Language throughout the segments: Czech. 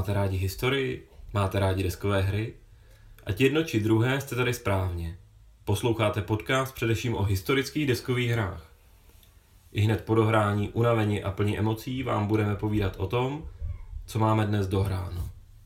Máte rádi historii? Máte rádi deskové hry? Ať jedno či druhé jste tady správně. Posloucháte podcast především o historických deskových hrách. Ihned po dohrání, unavení a plní emocí vám budeme povídat o tom, co máme dnes dohráno.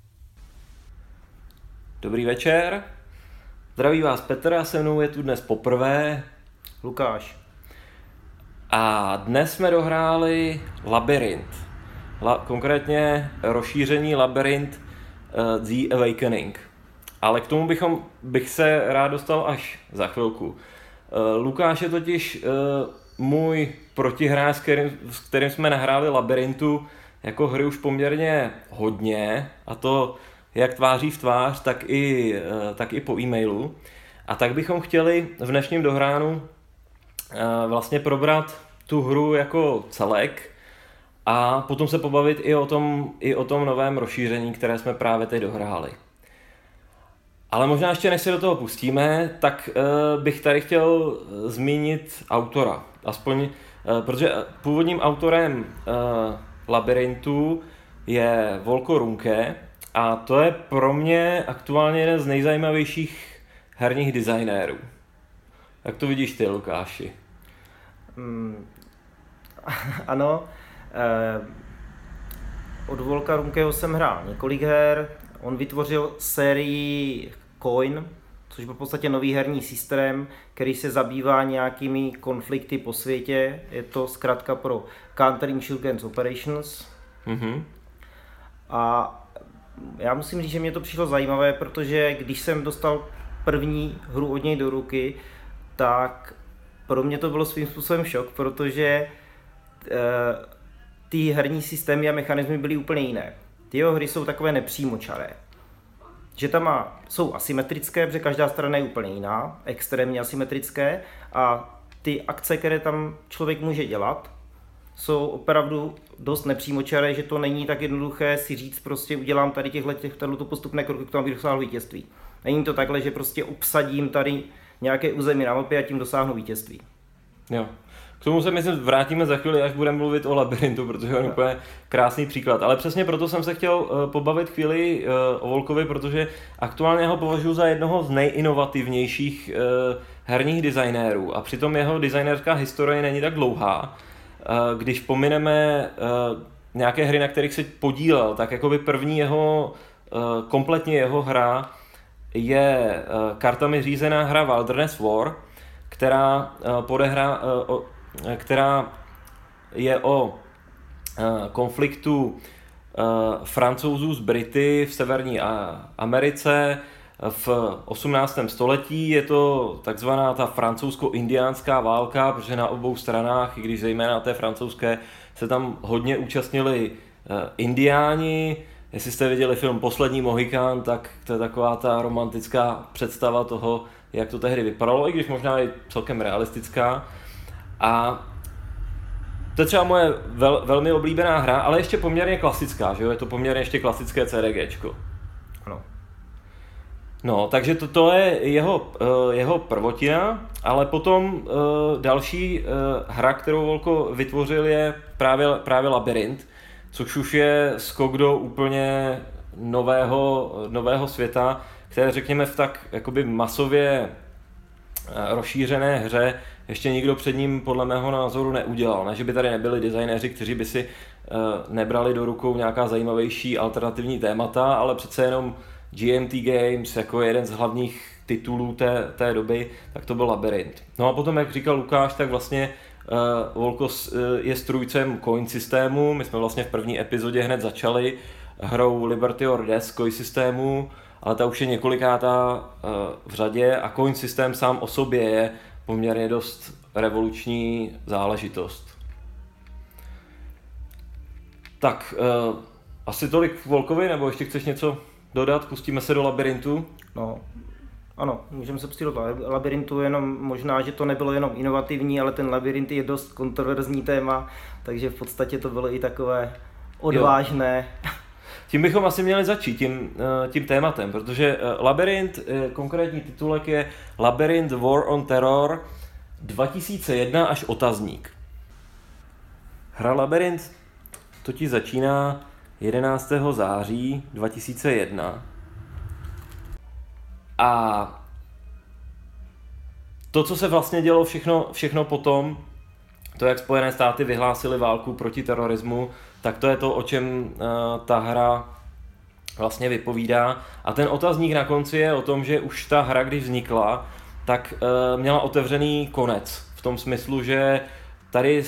Dobrý večer. Zdraví vás Petr a se mnou je tu dnes poprvé Lukáš. A dnes jsme dohráli Labyrint. Konkrétně rozšíření Labyrint The Awakening. Ale k tomu bych se rád dostal až za chvilku. Lukáš je totiž můj protihráč, s kterým jsme nahráli Labyrintu jako hry už poměrně hodně, a to jak tváří v tvář, tak i po e-mailu. A tak bychom chtěli v dnešním dohránu vlastně probrat tu hru jako celek a potom se pobavit i o tom novém rozšíření, které jsme právě teď dohráli. Ale možná ještě než se do toho pustíme, tak bych tady chtěl zmínit autora. Aspoň, protože původním autorem Labyrintu je Volko Ruhnke a to je pro mě aktuálně jeden z nejzajímavějších herních designérů. Jak to vidíš ty, Lukáši? Ano, od Volka Ruhnkeho jsem hrál několik her. On vytvořil sérii Coin, což byl v podstatě nový herní systém, který se zabývá nějakými konflikty po světě. Je to zkrátka pro Counterinsurgency Operations. Mm-hmm. A já musím říct, že mě to přišlo zajímavé, protože když jsem dostal první hru od něj do ruky, tak pro mě to bylo svým způsobem šok, protože ty herní systémy a mechanismy byly úplně jiné. Ty jeho hry jsou takové nepřímočaré. Že tam jsou asymetrické, protože každá strana je úplně jiná, extrémně asymetrické, a ty akce, které tam člověk může dělat, jsou opravdu dost nepřímočaré, že to není tak jednoduché si říct, prostě udělám tady těchto postupné kroky k tomu, abych dosáhl vítězství. Není to takhle, že prostě obsadím tady nějaké území na mapě a tím dosáhnu vítězství. Jo. K tomu se myslím vrátíme za chvíli, až budeme mluvit o Labyrintu, protože je úplně krásný příklad. Ale přesně proto jsem se chtěl pobavit chvíli o Volkovi, protože aktuálně ho považuji za jednoho z nejinovativnějších herních designérů. A přitom jeho designérská historie není tak dlouhá. Když pomineme nějaké hry, na kterých se podílel, tak jakoby první kompletně jeho hra je kartami řízená hra Wilderness War, která je o konfliktu Francouzů s Brity v Severní Americe v 18. století. Je to takzvaná ta francouzsko-indiánská válka, protože na obou stranách, i když zejména na té francouzské, se tam hodně účastnili indiáni. Jestli jste viděli film Poslední Mohikán, tak to je taková ta romantická představa toho, jak to tehdy vypadalo, i když možná i celkem realistická. A to je třeba moje velmi oblíbená hra, ale ještě poměrně klasická, že jo? Je to poměrně ještě klasické CDGčko. Ano. No, takže to je jeho prvotina, ale potom další hra, kterou Volko vytvořil, je právě Labyrint, což už je skok do úplně nového světa, které řekněme v tak jakoby masově rozšířené hře ještě nikdo před ním podle mého názoru neudělal. Ne, že by tady nebyli designéři, kteří by si nebrali do rukou nějaká zajímavější alternativní témata, ale přece jenom GMT Games jako jeden z hlavních titulů té doby, tak to byl Labyrint. No a potom, jak říkal Lukáš, tak vlastně Volko je strůjcem coin systému. My jsme vlastně v první epizodě hned začali hrou Liberty or Death coin systému, ale ta už je několikátá v řadě a coin systém sám o sobě je poměrně dost revoluční záležitost. Tak, asi tolik Volkovi, nebo ještě chceš něco dodat? Pustíme se do Labyrintu? No, ano, můžeme se pustit do Labyrintu, jenom možná, že to nebylo jenom inovativní, ale ten Labyrint je dost kontroverzní téma, takže v podstatě to bylo i takové odvážné. Jo. Tím bychom asi měli začít, tím tématem, protože Labyrint, konkrétní titulek je Labyrint War on Terror 2001 až otazník. Hra Labyrint totiž začíná 11. září 2001. A to, co se vlastně dělo všechno potom, to, jak Spojené státy vyhlásily válku proti terorismu, tak to je to, o čem ta hra vlastně vypovídá. A ten otazník na konci je o tom, že už ta hra, když vznikla, tak měla otevřený konec. V tom smyslu, že tady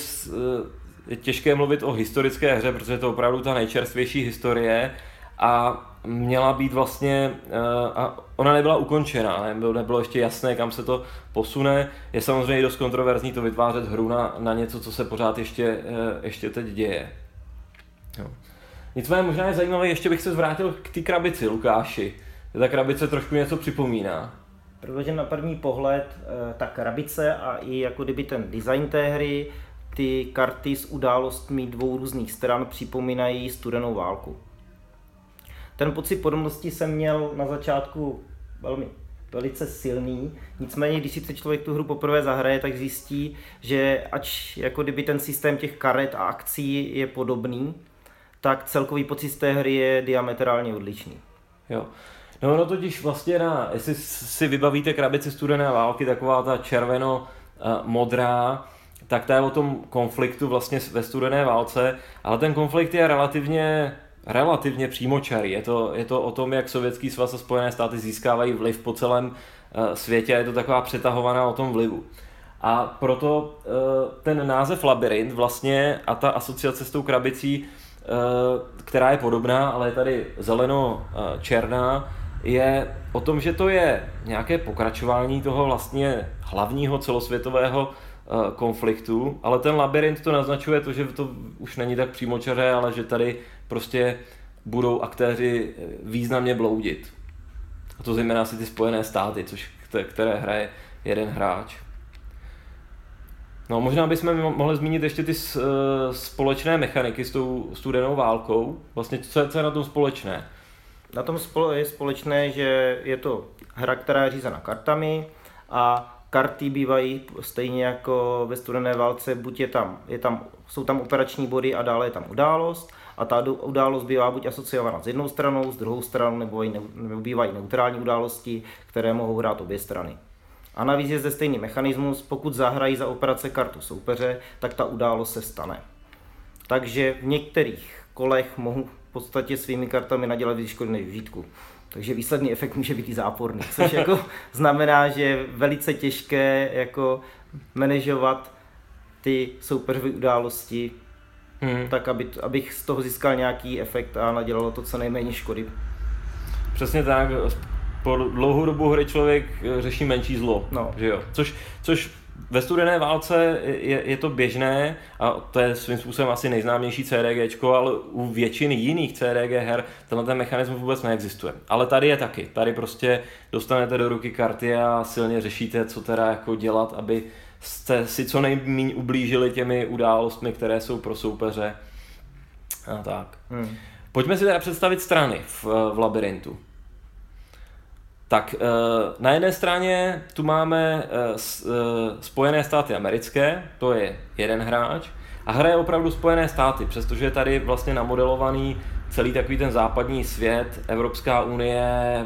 je těžké mluvit o historické hře, protože to je opravdu ta nejčerstvější historie a měla být vlastně, a ona nebyla ukončena, nebylo ještě jasné, kam se to posune. Je samozřejmě dost kontroverzní to vytvářet hru na něco, co se pořád ještě teď děje. Jo. Nicméně možná je zajímavé, ještě bych se zvrátil k té krabici, Lukáši. Ta krabice trošku něco připomíná. Protože na první pohled ta krabice a i jako kdyby ten design té hry, ty karty s událostmi dvou různých stran připomínají studenou válku. Ten pocit podobnosti jsem měl na začátku velice silný, nicméně když si ten člověk tu hru poprvé zahraje, tak zjistí, že ač jako kdyby ten systém těch karet a akcí je podobný, tak celkový pocit z té hry je diametrálně odlišný. Jo. No totiž vlastně jestli si vybavíte krabici studené války, taková ta červeno-modrá, tak ta je o tom konfliktu vlastně ve studené válce, ale ten konflikt je relativně přímočarý. Je to o tom, jak Sovětský svaz a Spojené státy získávají vliv po celém světě a je to taková přetahovaná o tom vlivu. A proto ten název Labyrint vlastně a ta asociace s tou krabicí, která je podobná, ale je tady zeleno-černá, je o tom, že to je nějaké pokračování toho vlastně hlavního celosvětového konfliktu, ale ten labyrint to naznačuje to, že to už není tak přímočaré, ale že tady prostě budou aktéři významně bloudit. A to zejména asi ty Spojené státy, které hraje jeden hráč. No, možná bychom mohli zmínit ještě ty společné mechaniky s tou studenou válkou. Vlastně co je na tom společné? Na tom je společné, že je to hra, která je řízena kartami a karty bývají stejně jako ve studené válce, buď jsou tam operační body a dále je tam událost a ta událost bývá buď asociovaná s jednou stranou, s druhou stranou nebo bývají neutrální události, které mohou hrát obě strany. A navíc je zde stejný mechanismus, pokud zahrají za operace kartu soupeře, tak ta událost se stane. Takže v některých kolech mohu v podstatě svými kartami nadělat víc škody než užitku. Takže výsledný efekt může být i záporný, což jako znamená, že je velice těžké jako manažovat ty soupeřové události, tak abych z toho získal nějaký efekt a nadělalo to co nejméně škody. Přesně tak, po dlouhou dobu hry člověk řeší menší zlo, že jo? Což ve studené válce je to běžné a to je svým způsobem asi nejznámější CDGčko, ale u většiny jiných CDG her tenhle mechanismus vůbec neexistuje. Ale tady je taky. Tady prostě dostanete do ruky karty a silně řešíte, co teda jako dělat, aby jste si co nejméně ublížili těmi událostmi, které jsou pro soupeře. A tak. Pojďme si teda představit strany v labyrintu. Tak na jedné straně tu máme Spojené státy americké, to je jeden hráč, a hraje opravdu Spojené státy, přestože je tady vlastně namodelovaný celý takový ten západní svět, Evropská unie,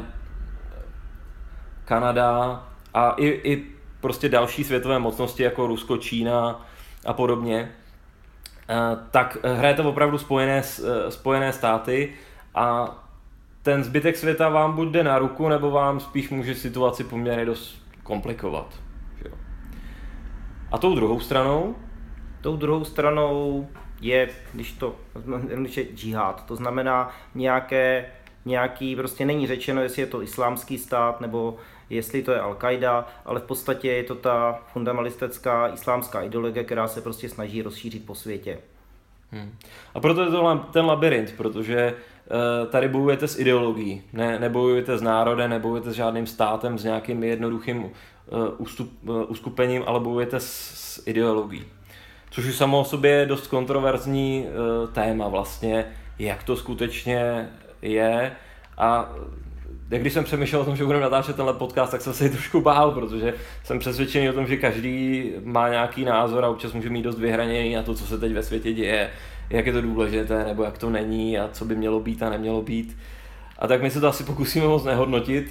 Kanada a i prostě další světové mocnosti jako Rusko, Čína a podobně. Tak hraje to opravdu Spojené státy a ten zbytek světa vám buď jde na ruku, nebo vám spíš může situaci poměrně dost komplikovat. Jo. A tou druhou stranou? Tou druhou stranou je, když je džihad, to znamená nějaký, prostě není řečeno, jestli je to islámský stát, nebo jestli to je Al-Qaida, ale v podstatě je to ta fundamentalistická islámská ideologie, která se prostě snaží rozšířit po světě. A proto je to ten labyrint, protože tady bojujete s ideologií, nebojujete s národem, nebojujete s žádným státem, s nějakým jednoduchým uskupením, ale bojujete s ideologií. Což už samo o sobě je dost kontroverzní téma vlastně, jak to skutečně je. A když jsem přemýšlel o tom, že budeme natáčet tenhle podcast, tak jsem se trošku bál, protože jsem přesvědčený o tom, že každý má nějaký názor a občas může mít dost vyhraněný na to, co se teď ve světě děje. jak je to důležité, nebo jak to není a co by mělo být a nemělo být. A tak my se to asi pokusíme moc nehodnotit.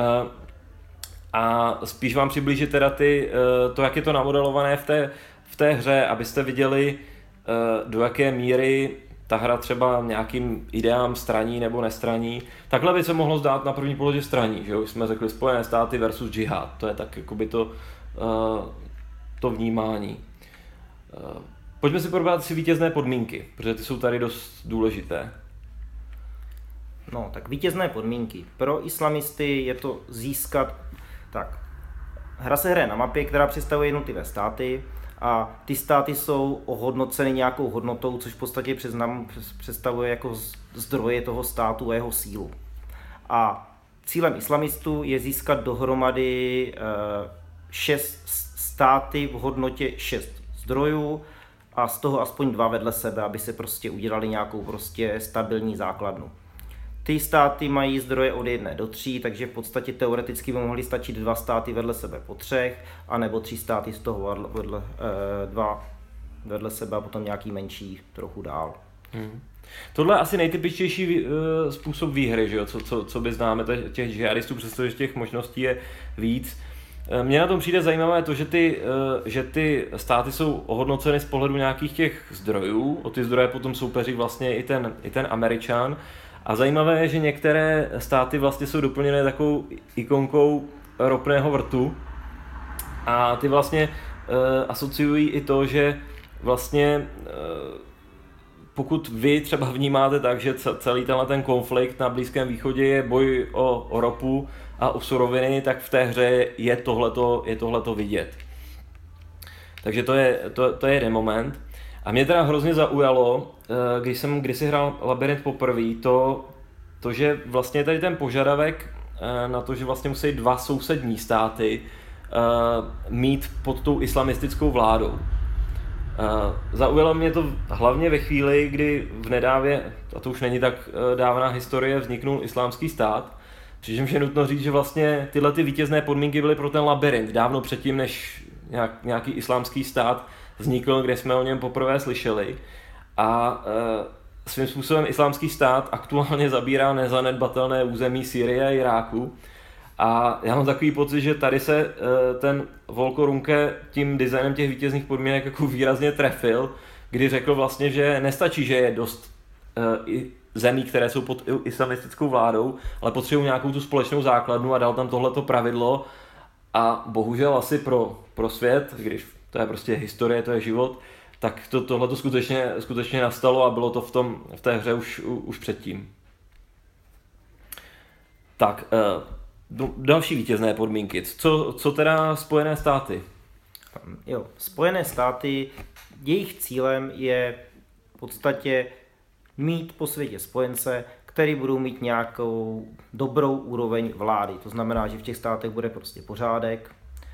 A spíš vám přiblížit teda to, jak je to namodelované v té hře, abyste viděli, do jaké míry ta hra třeba nějakým ideám straní nebo nestraní. Takhle by se mohlo zdát na první pohled, že straní, že jo? Jsme řekli Spojené státy versus džihad, to je tak jakoby to vnímání. Pojďme si probrat si vítězné podmínky, protože ty jsou tady dost důležité. No, tak vítězné podmínky. Pro islamisty je to získat... Tak, hra se hraje na mapě, která představuje jednotlivé státy a ty státy jsou ohodnoceny nějakou hodnotou, což v podstatě představuje jako zdroje toho státu a jeho sílu. A cílem islamistů je získat dohromady 6 státy v hodnotě 6 zdrojů a z toho aspoň 2 vedle sebe, aby se prostě udělali nějakou prostě stabilní základnu. Ty státy mají zdroje od 1 do 3, takže v podstatě teoreticky by mohly stačit 2 státy vedle sebe po 3, anebo 3 státy z toho 2 vedle sebe a potom nějaký menší trochu dál. Tohle je asi nejtypičtější způsob výhry, že jo? Co by známe těch džihadistů, přestože těch možností je víc. Mně na tom přijde zajímavé to, že ty státy jsou ohodnoceny z pohledu nějakých těch zdrojů, o ty zdroje potom soupeří vlastně i ten Američan. A zajímavé je, že některé státy vlastně jsou doplněné takovou ikonkou ropného vrtu a ty vlastně asociují i to, že vlastně pokud vy třeba vnímáte tak, že celý ten konflikt na Blízkém východě je boj o ropu a o suroviny, tak v té hře je tohleto vidět. Takže to je jeden moment. A mě teda hrozně zaujalo, když jsem kdysi hrál Labyrint poprvé, to, že vlastně tady ten požadavek na to, že vlastně musí 2 sousední státy mít pod tou islamistickou vládou. Zaujalo mě to hlavně ve chvíli, kdy v nedávě, a to už není tak dávná historie, vzniknul islámský stát, přičemž je nutno říct, že vlastně tyhle ty vítězné podmínky byly pro ten Labyrint dávno předtím, než nějaký islámský stát vznikl, kde jsme o něm poprvé slyšeli. A svým způsobem islámský stát aktuálně zabírá nezanedbatelné území Sýrie a Iráku. A já mám takový pocit, že tady se ten Volker Runke tím designem těch vítězných podmínek jako výrazně trefil, kdy řekl vlastně, že nestačí, že je dost zemí, které jsou pod islamistickou vládou, ale potřebují nějakou tu společnou základnu a dal tam tohleto pravidlo. A bohužel asi pro svět, když to je prostě historie, to je život, tak tohle skutečně nastalo a bylo to v té hře už předtím. Tak, další vítězné podmínky. Co teda Spojené státy? Jo, Spojené státy, jejich cílem je v podstatě mít po světě spojence, který budou mít nějakou dobrou úroveň vlády. To znamená, že v těch státech bude prostě pořádek.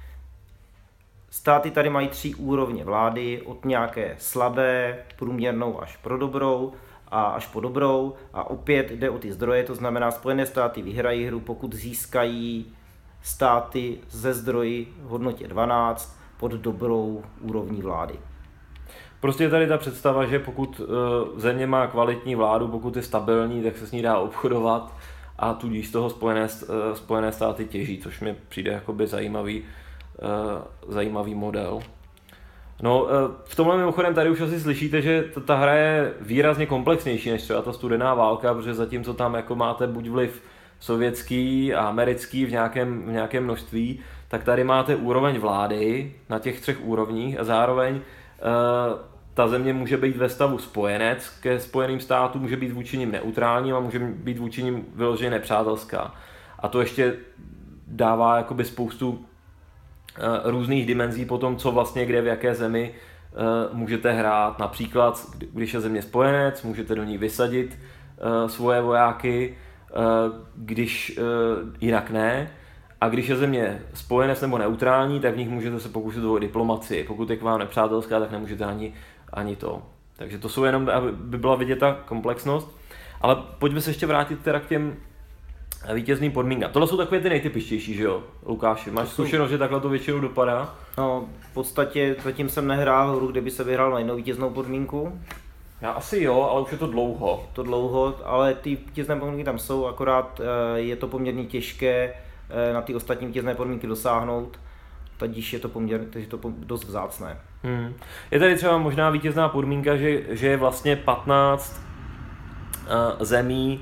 Státy tady mají 3 úrovně vlády, od nějaké slabé, průměrnou až pro dobrou a až po dobrou. A opět jde o ty zdroje, to znamená, Spojené státy vyhrají hru, pokud získají státy ze zdroji v hodnotě 12 pod dobrou úrovní vlády. Prostě je tady ta představa, že pokud země má kvalitní vládu, pokud je stabilní, tak se s ní dá obchodovat a tudíž z toho Spojené státy těží, což mi přijde jakoby zajímavý model. No, v tomhle mimochodem tady už asi slyšíte, že ta hra je výrazně komplexnější než třeba ta studená válka, protože zatímco tam jako máte buď vliv sovětský a americký v nějakém množství, tak tady máte úroveň vlády na těch 3 úrovních a zároveň ta země může být ve stavu spojenec ke Spojeným státům, může být vůči nim neutrální a může být vůči nim vyloženě nepřátelská. A to ještě dává jakoby spoustu různých dimenzí po tom, co vlastně kde v jaké zemi můžete hrát. Například, když je země spojenec, můžete do ní vysadit svoje vojáky, když jinak ne. A když je země spojenec nebo neutrální, tak v nich můžete se pokusit o diplomacii. Pokud je k vám nepřátelská, tak nemůžete ani to. Takže to jsou jenom, aby byla vidět ta komplexnost. Ale pojďme se ještě vrátit teda k těm vítězným podmínkám. Tohle jsou takové ty nejtypičtější, že jo, Lukáši? Máš zkušenost, že takhle to většinou dopadá? No, v podstatě zatím jsem nehrál hru, kde by se vyhrál na jinou vítěznou podmínku. Já asi jo, ale už je to dlouho. To dlouho, ale ty vítězné podmínky tam jsou, akorát je to poměrně těžké na ty ostatní vítězné podmínky dosáhnout, takže je to dost vzácné. Je tady třeba možná vítězná podmínka, že je vlastně 15 zemí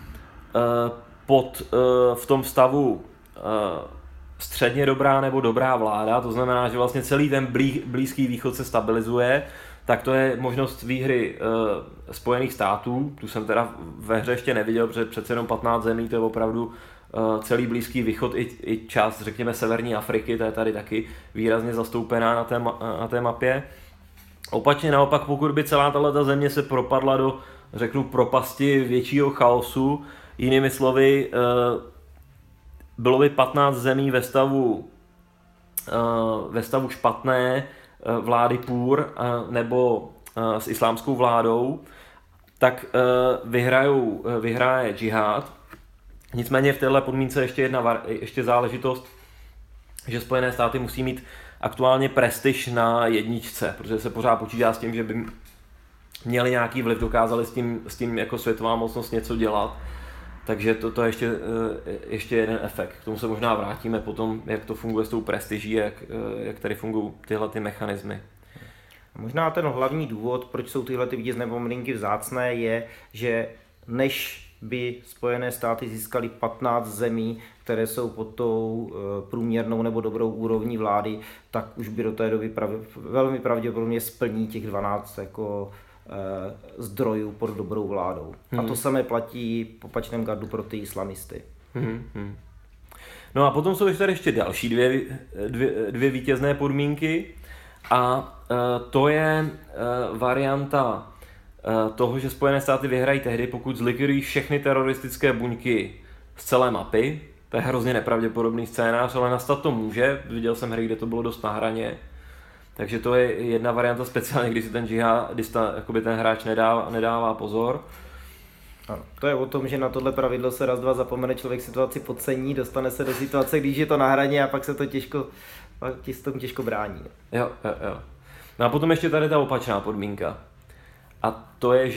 v tom stavu středně dobrá nebo dobrá vláda, to znamená, že vlastně celý ten Blízký východ se stabilizuje, tak to je možnost výhry Spojených států, tu jsem teda ve hře ještě neviděl, protože přece jenom 15 zemí, to je opravdu celý Blízký východ i část, řekněme, severní Afriky, to je tady taky výrazně zastoupená na té mapě. Opačně naopak, pokud by celá tato země se propadla do, řeknu, propasti většího chaosu, jinými slovy, bylo by 15 zemí ve stavu špatné vlády půr nebo s islámskou vládou, tak vyhraje džihad. Nicméně v této podmínce ještě záležitost, že Spojené státy musí mít aktuálně prestiž na jedničce, protože se pořád počítá s tím, že by měli nějaký vliv, dokázali s tím jako světová mocnost něco dělat. Takže to je ještě jeden efekt. K tomu se možná vrátíme potom, jak to funguje s tou prestiží, jak tady fungují tyhle ty mechanismy. Možná ten hlavní důvod, proč jsou tyhle ty vítězné podmínky vzácné, je, že než by Spojené státy získaly 15 zemí, které jsou pod tou průměrnou nebo dobrou úrovní vlády, tak už by do té doby velmi pravděpodobně splní těch 12 jako zdrojů pod dobrou vládou. A to samé platí v opačném gardu pro ty islamisty. No a potom jsou tady ještě další dvě vítězné podmínky a to je varianta toho, že Spojené státy vyhrají tehdy, pokud zlikvidují všechny teroristické buňky z celé mapy. To je hrozně nepravděpodobný scénář, ale nastat to může. Viděl jsem hry, kde to bylo dost na hraně. Takže to je jedna varianta speciálně, když si ten džihadista, jakoby ten hráč nedává pozor. Ano, to je o tom, že na tohle pravidlo se raz, dva zapomene, člověk situaci podcení, dostane se do situace, když je to na hraně a pak se to těžko brání. Jo. No a potom ještě tady ta opačná podmínka. A to je,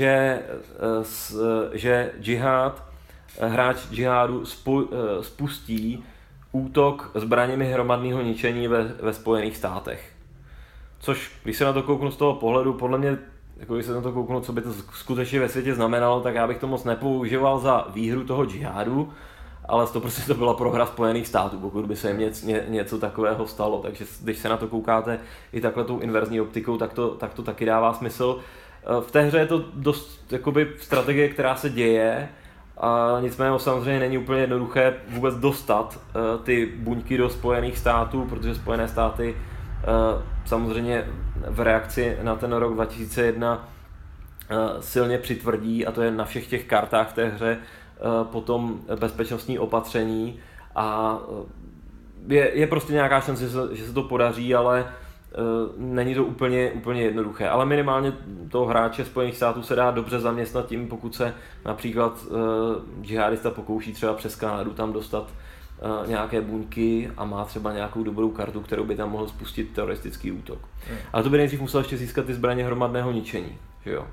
že hráč džihádu spustí útok zbraněmi hromadného ničení ve Spojených státech. Což, když se na to kouknu z toho pohledu, podle mě, jako když se na to kouknu, co by to skutečně ve světě znamenalo, tak já bych to moc nepoužíval za výhru toho džihádu, ale to byla prohra Spojených států, pokud by se jim něco takového stalo. Takže když se na to koukáte i takhle tou inverzní optikou, tak to taky dává smysl. V té hře je to dost jakoby strategie, která se děje, a nicméně samozřejmě není úplně jednoduché vůbec dostat ty buňky do Spojených států, protože Spojené státy samozřejmě v reakci na ten rok 2001 silně přitvrdí, a to je na všech těch kartách v té hře, potom bezpečnostní opatření a je prostě nějaká šance, že se to podaří, ale není to úplně jednoduché. Ale minimálně toho hráče Spojených států se dá dobře zaměstnat tím, pokud se například džihadista pokouší třeba přes Kanadu tam dostat nějaké buňky a má třeba nějakou dobrou kartu, kterou by tam mohl spustit teroristický útok. Ale to by nejdřív musel ještě získat ty zbraně hromadného ničení, že jo?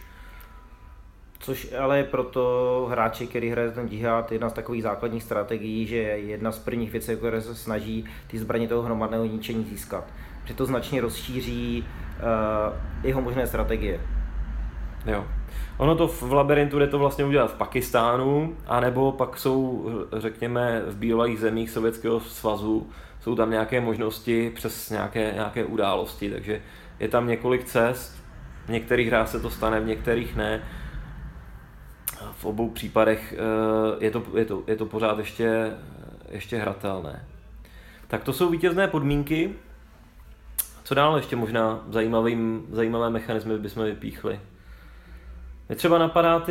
Což ale je proto hráči, který hraje ten džihad, jedna z takových základních strategií, že jedna z prvních věcí, které se snaží ty zbraně toho hromadného ničení získat. Že to značně rozšíří jeho možné strategie. Jo. Ono to v Labyrintu jde to vlastně udělat v Pakistánu, anebo pak jsou, řekněme, v bývalých zemích Sovětského svazu, jsou tam nějaké možnosti přes nějaké události, takže je tam několik cest, v některých hrách se to stane, v některých ne. V obou případech je to pořád ještě hratelné. Tak to jsou vítězné podmínky. Co dál ještě možná zajímavé mechanismy bychom vypíchli? Mě třeba napadá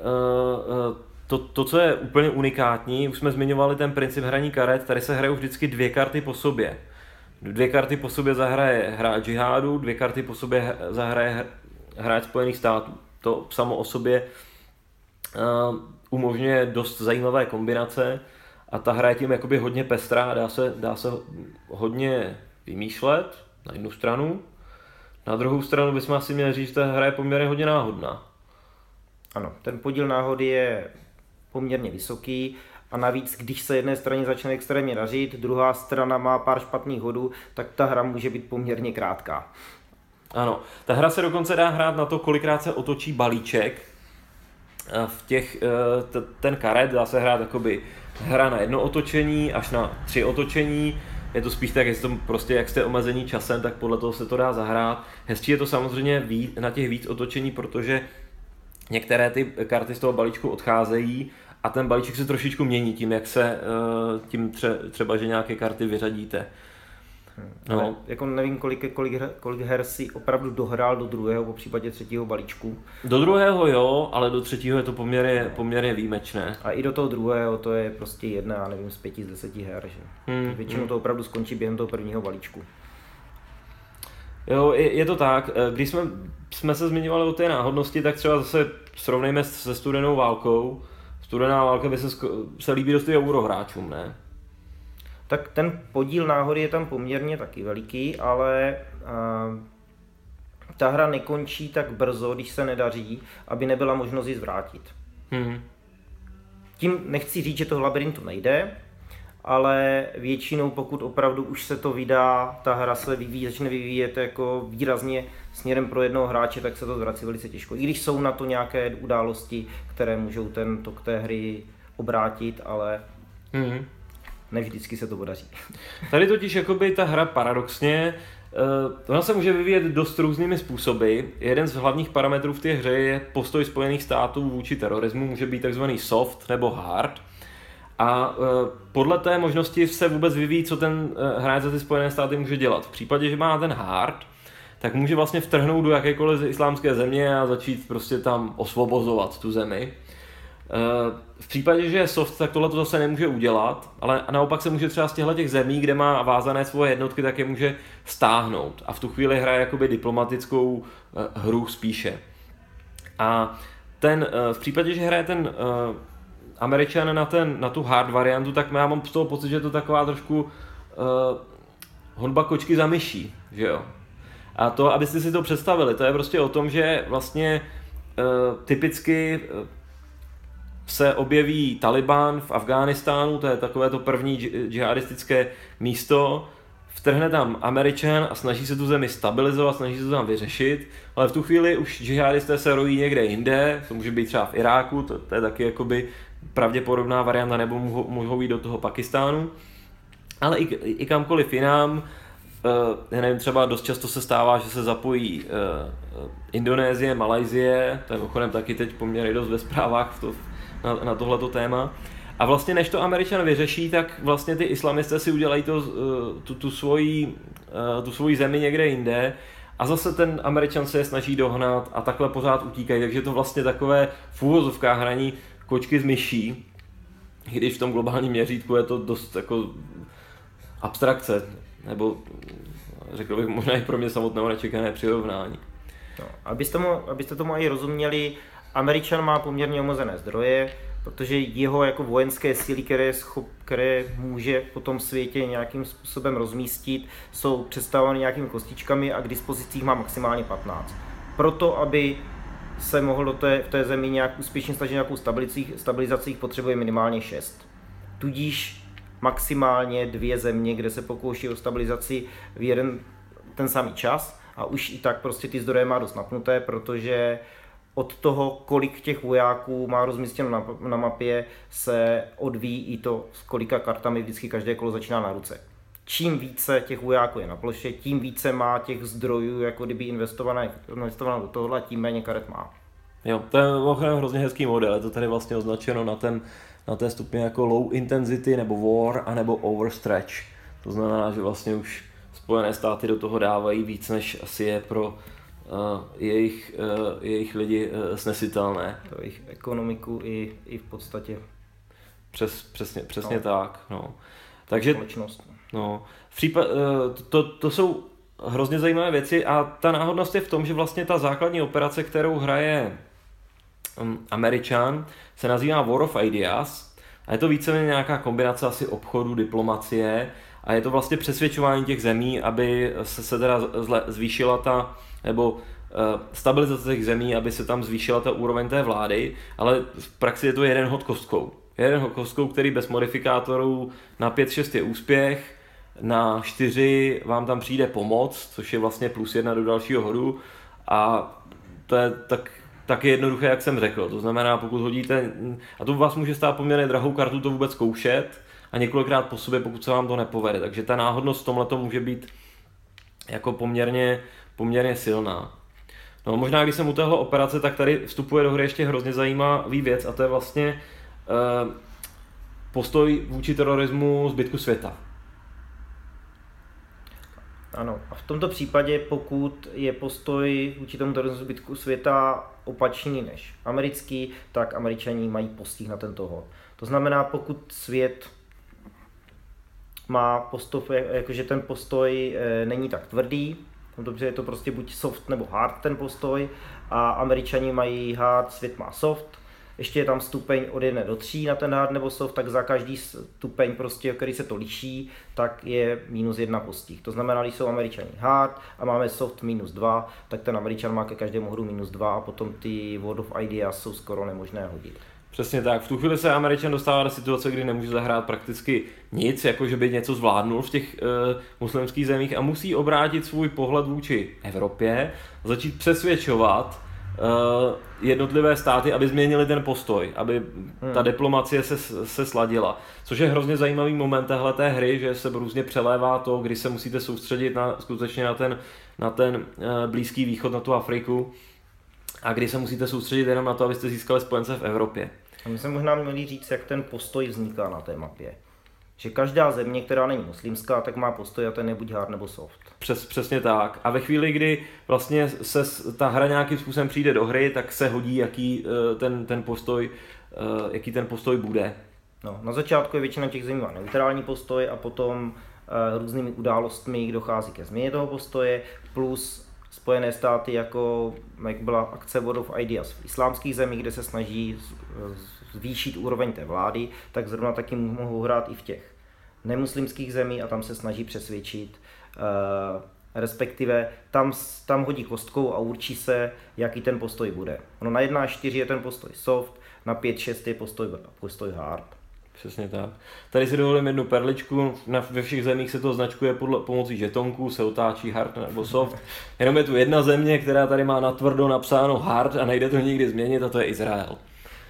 to, co je úplně unikátní, už jsme zmiňovali ten princip hraní karet, tady se hrajou vždycky 2 karty po sobě. 2 karty po sobě zahraje hráč džihádu, 2 karty po sobě zahraje hráč Spojených států. To samo o sobě umožňuje dost zajímavé kombinace a ta hra je tím jakoby hodně pestrá, dá se hodně vymýšlet na jednu stranu. Na druhou stranu bychom asi měli říct, že ta hra je poměrně hodně náhodná. Ano, ten podíl náhody je poměrně vysoký a navíc, když se jedné straně začne extrémně dařit, druhá strana má pár špatných hodů, tak ta hra může být poměrně krátká. Ano, ta hra se dokonce dá hrát na to, kolikrát se otočí balíček. Ten karet dá se hrát jakoby hra na 1 otočení až na 3 otočení. Je to spíš tak, jestli to prostě, jak jste omezení časem, tak podle toho se to dá zahrát. Hezčí je to samozřejmě na těch víc otočení, protože některé ty karty z toho balíčku odcházejí a ten balíček se trošičku mění tím, jak se třeba, že nějaké karty vyřadíte. No. Ale jako nevím, kolik her si opravdu dohrál do druhého, po případě třetího balíčku. Do druhého jo, ale do třetího je to poměrně výjimečné. A i do toho druhého to je prostě 1, já nevím, z 5 z 10 her, že? Většinou to opravdu skončí během toho prvního balíčku. Jo, je to tak. Když jsme se zmiňovali o té náhodnosti, tak třeba zase srovnejme se studenou válkou. Studená válka by se líbí dost i eurohráčům, ne? Tak ten podíl náhody je tam poměrně taky veliký, ale ta hra nekončí tak brzo, když se nedaří, aby nebyla možnost ji zvrátit. Tím nechci říct, že to labirintu nejde, ale většinou, pokud opravdu už se to vydá, ta hra se začne vyvíjet jako výrazně směrem pro jednoho hráče, tak se to zvrací velice těžko. I když jsou na to nějaké události, které můžou ten tok té hry obrátit, ale ne vždycky se to podaří. Tady totiž jakoby ta hra paradoxně, ona se může vyvíjet dost různými způsoby. Jeden z hlavních parametrů v té hře je postoj Spojených států vůči terorismu, může být takzvaný soft nebo hard. A podle té možnosti se vůbec vyvíjí, co ten hráč za ty Spojené státy může dělat. V případě, že má ten hard, tak může vlastně vtrhnout do jakékoliv islámské země a začít prostě tam osvobozovat tu zemi. V případě, že je soft, tak tohle to zase nemůže udělat, ale naopak se může třeba z těchto zemí, kde má vázané svoje jednotky, tak je může stáhnout a v tu chvíli hraje jakoby diplomatickou hru spíše. A v případě, že hraje ten Američan na tu hard variantu, tak já mám z toho pocit, že je to taková trošku honba kočky za myší, že jo. A to, abyste si to představili, to je prostě o tom, že vlastně typicky se objeví Taliban v Afghánistánu, to je takové to první džihadistické místo, vtrhne tam Američan a snaží se tu zemi stabilizovat, snaží se to tam vyřešit, ale v tu chvíli už džihadisté se rojí někde jinde, to může být třeba v Iráku, to je taky jakoby pravděpodobná varianta, nebo mohou jít do toho Pakistánu, ale i kamkoliv jinam. Já nevím, třeba dost často se stává, že se zapojí Indonésie, Malajsie, to je mimochodem taky teď poměrně dost ve zprávách na tohleto téma. A vlastně než to Američan vyřeší, tak vlastně ty islamisté si udělají tu svoji zemi někde jinde a zase ten Američan se je snaží dohnat a takhle pořád utíkají, takže to vlastně takové v úvozovkách hraní kočky z myší, když v tom globálním měřítku je to dost jako abstrakce, nebo řekl bych možná i pro mě samotného nečekané přirovnání. No, abyste tomu i rozuměli, Američan má poměrně omezené zdroje, protože jeho jako vojenské síly, které může po tom světě nějakým způsobem rozmístit, jsou představovány nějakými kostičkami a k dispozici má maximálně 15. Proto, aby se mohl v té zemi nějak úspěšně snažit nějakou stabilizaci, potřebuje minimálně 6. Tudíž maximálně 2 země, kde se pokouší o stabilizaci v jeden ten samý čas a už i tak prostě ty zdroje má dost napnuté, protože od toho, kolik těch vojáků má rozmístěno na mapě, se odvíjí i to, s kolika kartami vždycky každé kolo začíná na ruce. Čím více těch vojáků je na ploše, tím více má těch zdrojů, jako kdyby investované do tohohle, tím méně karet má. Jo, to je hrozně hezký model, je to tady vlastně označeno na té stupně jako low intensity nebo war a nebo overstretch. To znamená, že vlastně už Spojené státy do toho dávají víc, než asi je pro jejich lidi snesitelné. Pro jejich ekonomiku i v podstatě. Přesně tak. No. Takže společnost. No, to jsou hrozně zajímavé věci a ta náhodnost je v tom, že vlastně ta základní operace, kterou hraje Američan, se nazývá War of Ideas a je to víceméně nějaká kombinace asi obchodu, diplomacie A je to vlastně přesvědčování těch zemí, aby se teda zvýšila nebo stabilizace těch zemí, aby se tam zvýšila ta úroveň té vlády, ale v praxi je to jeden hod kostkou. Jeden hod kostkou, který bez modifikátorů na 5-6 je úspěch, na 4 vám tam přijde pomoc, což je vlastně +1 do dalšího hodu a to je tak je jednoduché, jak jsem řekl. To znamená, pokud hodíte, a to vás může stát poměrně drahou kartu to vůbec zkoušet a několikrát po sobě, pokud se vám to nepovede. Takže ta náhodnost v tomhletom může být jako poměrně silná. No, možná, když jsem u téhle operace, tak tady vstupuje do hry ještě hrozně zajímavý věc a to je vlastně postoj vůči terorismu zbytku světa. Ano, a v tomto případě, pokud je postoj vůči tomu terorismu zbytku světa opačný než americký, tak Američani mají postih na tento hod. To znamená, pokud svět má postoj, jakože ten postoj není tak tvrdý, dobře, je to prostě buď soft nebo hard ten postoj a Američani mají hard, svět má soft. Ještě je tam stupeň od 1 do 3 na ten hard nebo soft, tak za každý stupeň, prostě, který se to liší, tak je -1 postih. To znamená, když jsou Američani hard a máme soft -2, tak ten Američan má ke každému hodu -2 a potom ty World of Ideas jsou skoro nemožné hodit. Přesně tak. V tu chvíli se Američan dostává do situace, kdy nemůže zahrát prakticky nic, jako že by něco zvládnul v těch muslimských zemích a musí obrátit svůj pohled vůči Evropě a začít přesvědčovat jednotlivé státy, aby změnili ten postoj, aby ta diplomacie se sladila. Což je hrozně zajímavý moment téhleté hry, že se různě přelévá to, kdy se musíte soustředit skutečně na ten Blízký východ, na tu Afriku a kdy se musíte soustředit jenom na to, abyste získali spojence v Evropě. A my jsme možná měli říct, jak ten postoj vzniká na té mapě. Že každá země, která není muslimská, tak má postoj a ten je buď hard nebo soft. Přesně tak. A ve chvíli, kdy vlastně se ta hra nějakým způsobem přijde do hry, tak se hodí, jaký ten postoj bude. No, na začátku je většina těch zemí má neutrální postoj a potom různými událostmi dochází ke změně toho postoje, plus Spojené státy, jako jak byla akce World of Ideas v islámských zemích, kde se snaží zvýšit úroveň té vlády, tak zrovna taky mohou hrát i v těch nemuslimských zemích a tam se snaží přesvědčit, respektive tam hodí kostkou a určí se, jaký ten postoj bude. No, na 1 až 4 je ten postoj soft, na 5-6 je postoj hard. Přesně tak. Tady si dovolím jednu perličku, ve všech zemích se to značkuje pomocí žetonků, se otáčí hard nebo soft. Jenom je tu jedna země, která tady má natvrdo napsáno hard a nejde to nikdy změnit a to je Izrael.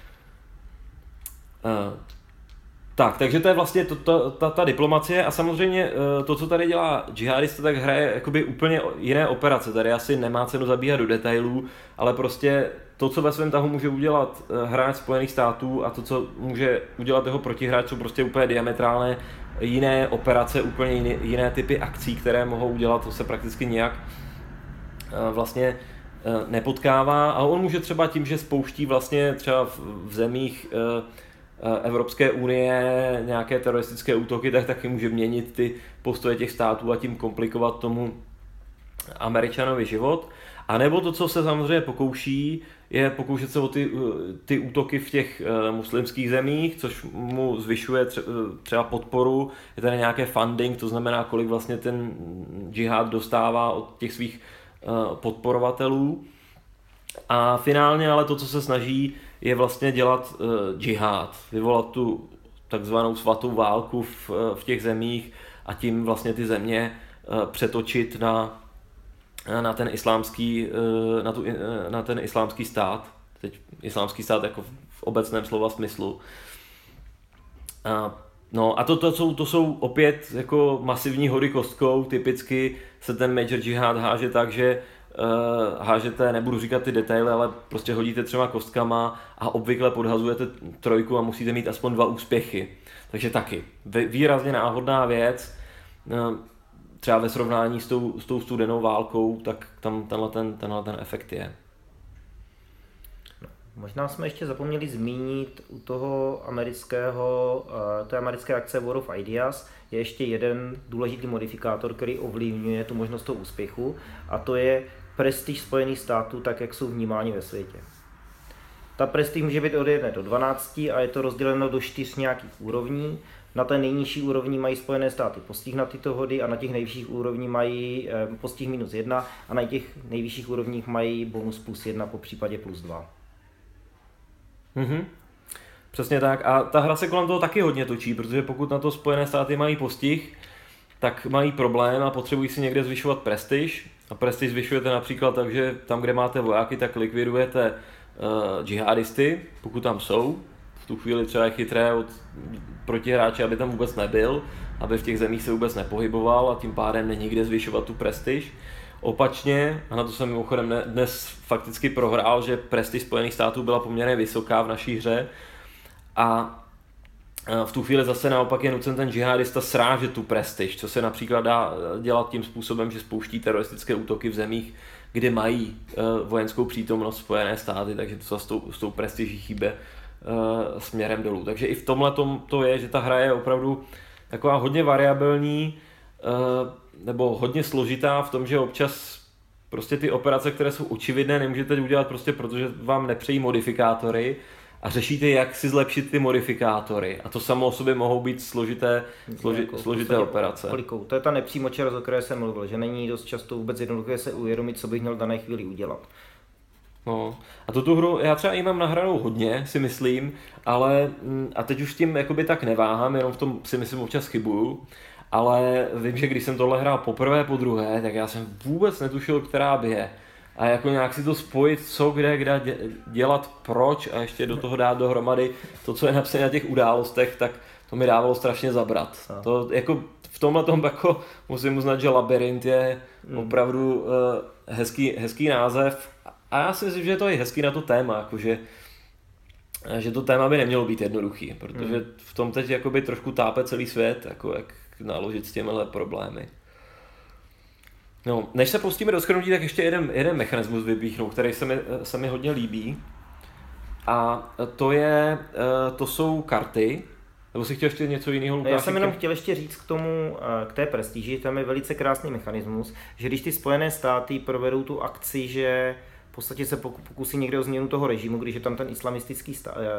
Tak, takže to je vlastně ta diplomacie a samozřejmě to, co tady dělá džihadista, tak hraje jakoby úplně jiné operace. Tady asi nemá cenu zabíhat do detailů, ale prostě to, co ve svém tahu může udělat hráč Spojených států a to, co může udělat jeho protihráč, jsou prostě úplně diametrálně jiné operace, úplně jiné typy akcí, které mohou udělat, to se prakticky nějak vlastně nepotkává. A on může třeba tím, že spouští vlastně třeba v zemích Evropské unie nějaké teroristické útoky, tak taky může měnit ty postoje těch států a tím komplikovat tomu Američanovi život. A nebo to, co se samozřejmě pokouší, je pokoušet se o ty útoky v těch muslimských zemích, což mu zvyšuje třeba podporu, je tady nějaké funding, to znamená, kolik vlastně ten džihad dostává od těch svých podporovatelů. A finálně ale to, co se snaží, je vlastně dělat džihad, vyvolat tu takzvanou svatou válku v těch zemích a tím vlastně ty země přetočit na ten islámský stát. Teď islámský stát jako v obecném slova smyslu. No a to jsou opět jako masivní hody kostkou, typicky se ten Major Jihad háže tak, že hážete, nebudu říkat ty detaily, ale prostě hodíte 3 kostkama a obvykle podhazujete 3 a musíte mít aspoň 2 úspěchy. Takže taky výrazně náhodná věc, třeba ve srovnání s tou studenou válkou, tak tam tenhle ten efekt je. Možná jsme ještě zapomněli zmínit u toho té americké akce War of Ideas je ještě jeden důležitý modifikátor, který ovlivňuje tu možnost toho úspěchu, a to je prestiž Spojených států, tak jak jsou vnímáni ve světě. Ta prestiž může být od 1 do 12 a je to rozděleno do 4 nějakých úrovní. Na té nejnižší úrovni mají Spojené státy postih na tyto hody a na těch nejvyšších úrovních mají postih -1 a na těch nejvyšších úrovních mají bonus +1 po případě +2. Přesně tak. A ta hra se kolem toho taky hodně točí, protože pokud na to Spojené státy mají postih, tak mají problém a potřebují si někde zvyšovat prestiž. A prestiž zvyšujete například tak, že tam, kde máte vojáky, tak likvidujete džihadisty, pokud tam jsou. V tu chvíli třeba je chytré od protihráče, aby tam vůbec nebyl, aby v těch zemích se vůbec nepohyboval a tím pádem není kde zvyšovat tu prestiž. Opačně, a na to jsem mimochodem dnes fakticky prohrál, že prestiž Spojených států byla poměrně vysoká v naší hře a v tu chvíli zase naopak je nucen ten džihadista srážet tu prestiž, co se například dá dělat tím způsobem, že spouští teroristické útoky v zemích, kde mají vojenskou přítomnost Spojené státy, takže to s tou prestiží chýbe směrem dolů. Takže i v tomhle to je, že ta hra je opravdu taková hodně variabilní, nebo hodně složitá v tom, že občas prostě ty operace, které jsou očividné, nemůžete udělat prostě protože vám nepřejí modifikátory a řešíte, jak si zlepšit ty modifikátory. A to samo o sobě mohou být složité operace. Klikou. To je ta nepřímočarost, o které jsem mluvil, že není dost často vůbec jednoduché se uvědomit, co bych měl v dané chvíli udělat. No. A tu hru já třeba i mám nahranou hodně, si myslím, ale a teď už tím jakoby tak neváhám, jenom v tom si myslím občas chybuju. Ale vím, že když jsem tohle hrál poprvé, po druhé, tak já jsem vůbec netušil, která bije. A jako nějak si to spojit, co, kde dělat, proč a ještě do toho dát dohromady to, co je napsané na těch událostech, tak to mi dávalo strašně zabrat. To jako v tomhle tom jako musím uznat, že Labyrint je opravdu hezký název. A já si myslím, že je to i hezký na to téma, jakože že to téma by nemělo být jednoduchý, protože v tom teď jakoby trošku tápe celý svět, jako jak naložit s těmihle problémy. No, než se pustíme do shrnutí, tak ještě jeden mechanismus vypíchnu, který se mi hodně líbí. A to jsou karty. Nebo si chtěl ještě něco jiného, Lukáši? Já jsem jenom chtěl ještě říct k té prestiži, tam je velice krásný mechanismus, že když ty Spojené státy provedou tu akci, že v podstatě se pokusí někde o změnu toho režimu, když je tam ten islamistický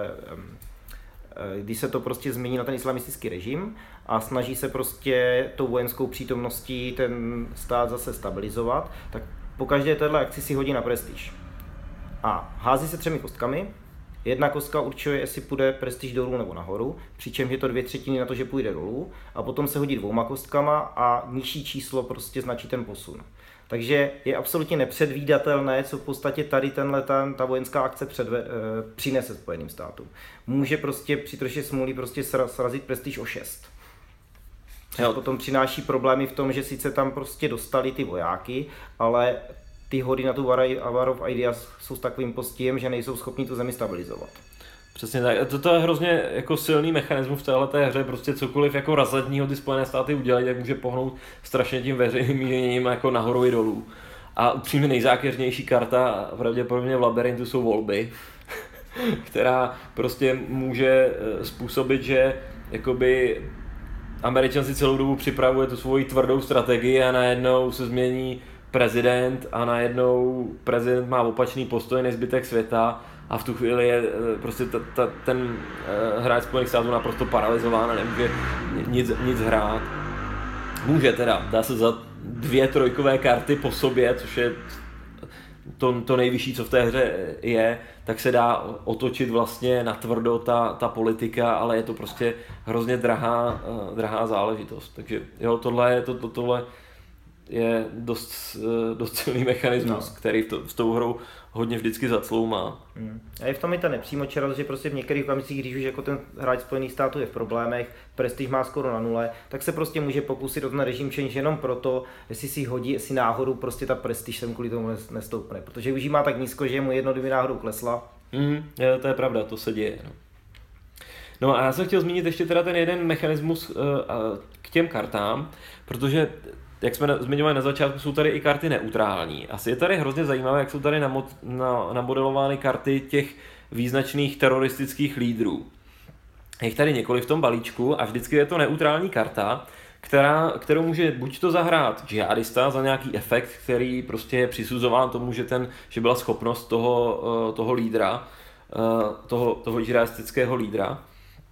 když se to prostě změní na ten islamistický režim a snaží se prostě tou vojenskou přítomností ten stát zase stabilizovat, tak po každé téhle akci si hodí na prestiž. A hází se 3 kostkami, jedna kostka určuje, jestli půjde prestiž dolů nebo nahoru, přičemž je to 2/3 na to, že půjde dolů, a potom se hodí 2 kostkama a nižší číslo prostě značí ten posun. Takže je absolutně nepředvídatelné, co v podstatě tady ta vojenská akce přinese Spojeným státům. Může prostě při troše smůly prostě srazit prestiž o 6. Což potom přináší problémy v tom, že sice tam prostě dostali ty vojáky, ale ty hody na tu War of Ideas jsou s takovým postihem, že nejsou schopni tu zemi stabilizovat. Přesně tak. To je hrozně jako silný mechanismus v téhleté hře, prostě cokoliv jako razantního ty Spojené státy udělají, tak může pohnout strašně tím veřejným míněním jako nahoru i dolů. A upřímně nejzákeřnější karta pravděpodobně v Labyrintu jsou volby, která prostě může způsobit, že jakoby Američan si celou dobu připravuje tu svoji tvrdou strategii a najednou se změní prezident a najednou prezident má opačný postoj než zbytek světa. A v tu chvíli je prostě ten hráč Spojených států naprosto paralyzován a nemůže nic hrát. Může teda, dá se za 2 trojkové karty po sobě, což je to nejvyšší, co v té hře je, tak se dá otočit vlastně natvrdo ta politika, ale je to prostě hrozně drahá záležitost. Takže jo, tohle je dost silný mechanismus, který s tou hrou hodně vždycky zacloumá. A je v tom i ta nepřímočarost, že prostě v některých okamžicích, když už jako ten hráč Spojených států je v problémech, prestiž má skoro na 0, tak se prostě může pokusit o ten režim change jenom proto, jestli náhodou prostě ta prestiž sem kvůli tomu nestoupne, protože už jí má tak nízko, že mu jedno, kdyby náhodou klesla. To je pravda, to se děje. No a já jsem chtěl zmínit ještě teda ten jeden mechanismus k těm kartám, protože jak jsme zmiňovali na začátku, jsou tady i karty neutrální. Asi je tady hrozně zajímavé, jak jsou tady namodelovány karty těch význačných teroristických lídrů. Je jich tady několik v tom balíčku a vždycky je to neutrální karta, kterou může buď to zahrát džihadista za nějaký efekt, který prostě je přisuzován tomu, že byla schopnost toho lídra, toho džihadistického lídra,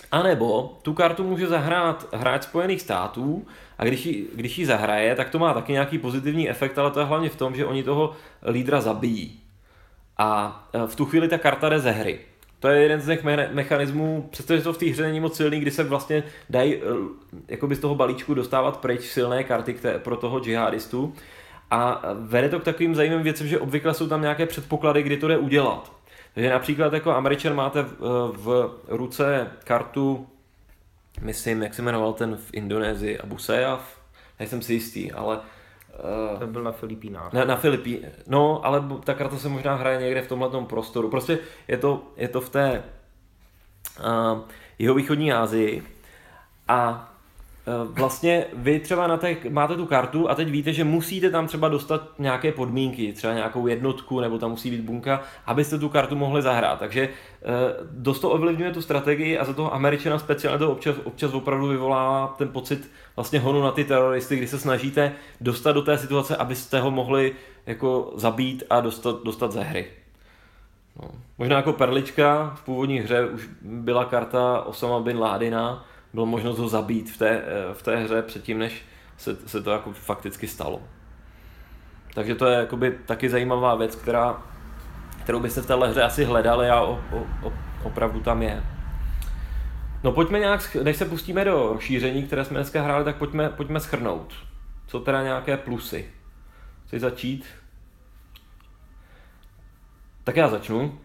A nebo tu kartu může zahrát hráč Spojených států a když ji zahraje, tak to má taky nějaký pozitivní efekt, ale to je hlavně v tom, že oni toho lídra zabijí. A v tu chvíli ta karta jde ze hry. To je jeden z těch mechanismů, přestože to v té hře není moc silný, kdy se vlastně dají jakoby z toho balíčku dostávat pryč silné karty pro toho džihadistu. A vede to k takovým zajímavým věcem, že obvykle jsou tam nějaké předpoklady, kdy to jde udělat. Takže například jako Američan máte v ruce kartu, myslím, jak se jmenoval ten v Indonésii, Abu Sayyaf, nejsem si jistý, ale... Ten byl na Filipínách. Na Filipínách, no, ale ta karta se možná hraje někde v tomhletom prostoru. Prostě je to v té jihovýchodní Asii a vlastně vy třeba máte tu kartu a teď víte, že musíte tam třeba dostat nějaké podmínky, třeba nějakou jednotku nebo tam musí být bunka, abyste tu kartu mohli zahrát. Takže dost to ovlivňuje tu strategii a za toho Američana speciálně to občas opravdu vyvolává ten pocit vlastně honu na ty teroristy, kdy se snažíte dostat do té situace, abyste ho mohli jako zabít a dostat ze hry. No. Možná jako perlička v původní hře už byla karta Osama bin Ládina, bylo možnost ho zabít v té hře předtím, než se to jako fakticky stalo. Takže to je jakoby taky zajímavá věc, kterou byste v téhle hře asi hledali a opravdu tam je. No pojďme nějak, než se pustíme do rozšíření, které jsme dneska hráli, tak pojďme shrnout. Co teda nějaké plusy? Chceš začít? Tak já začnu.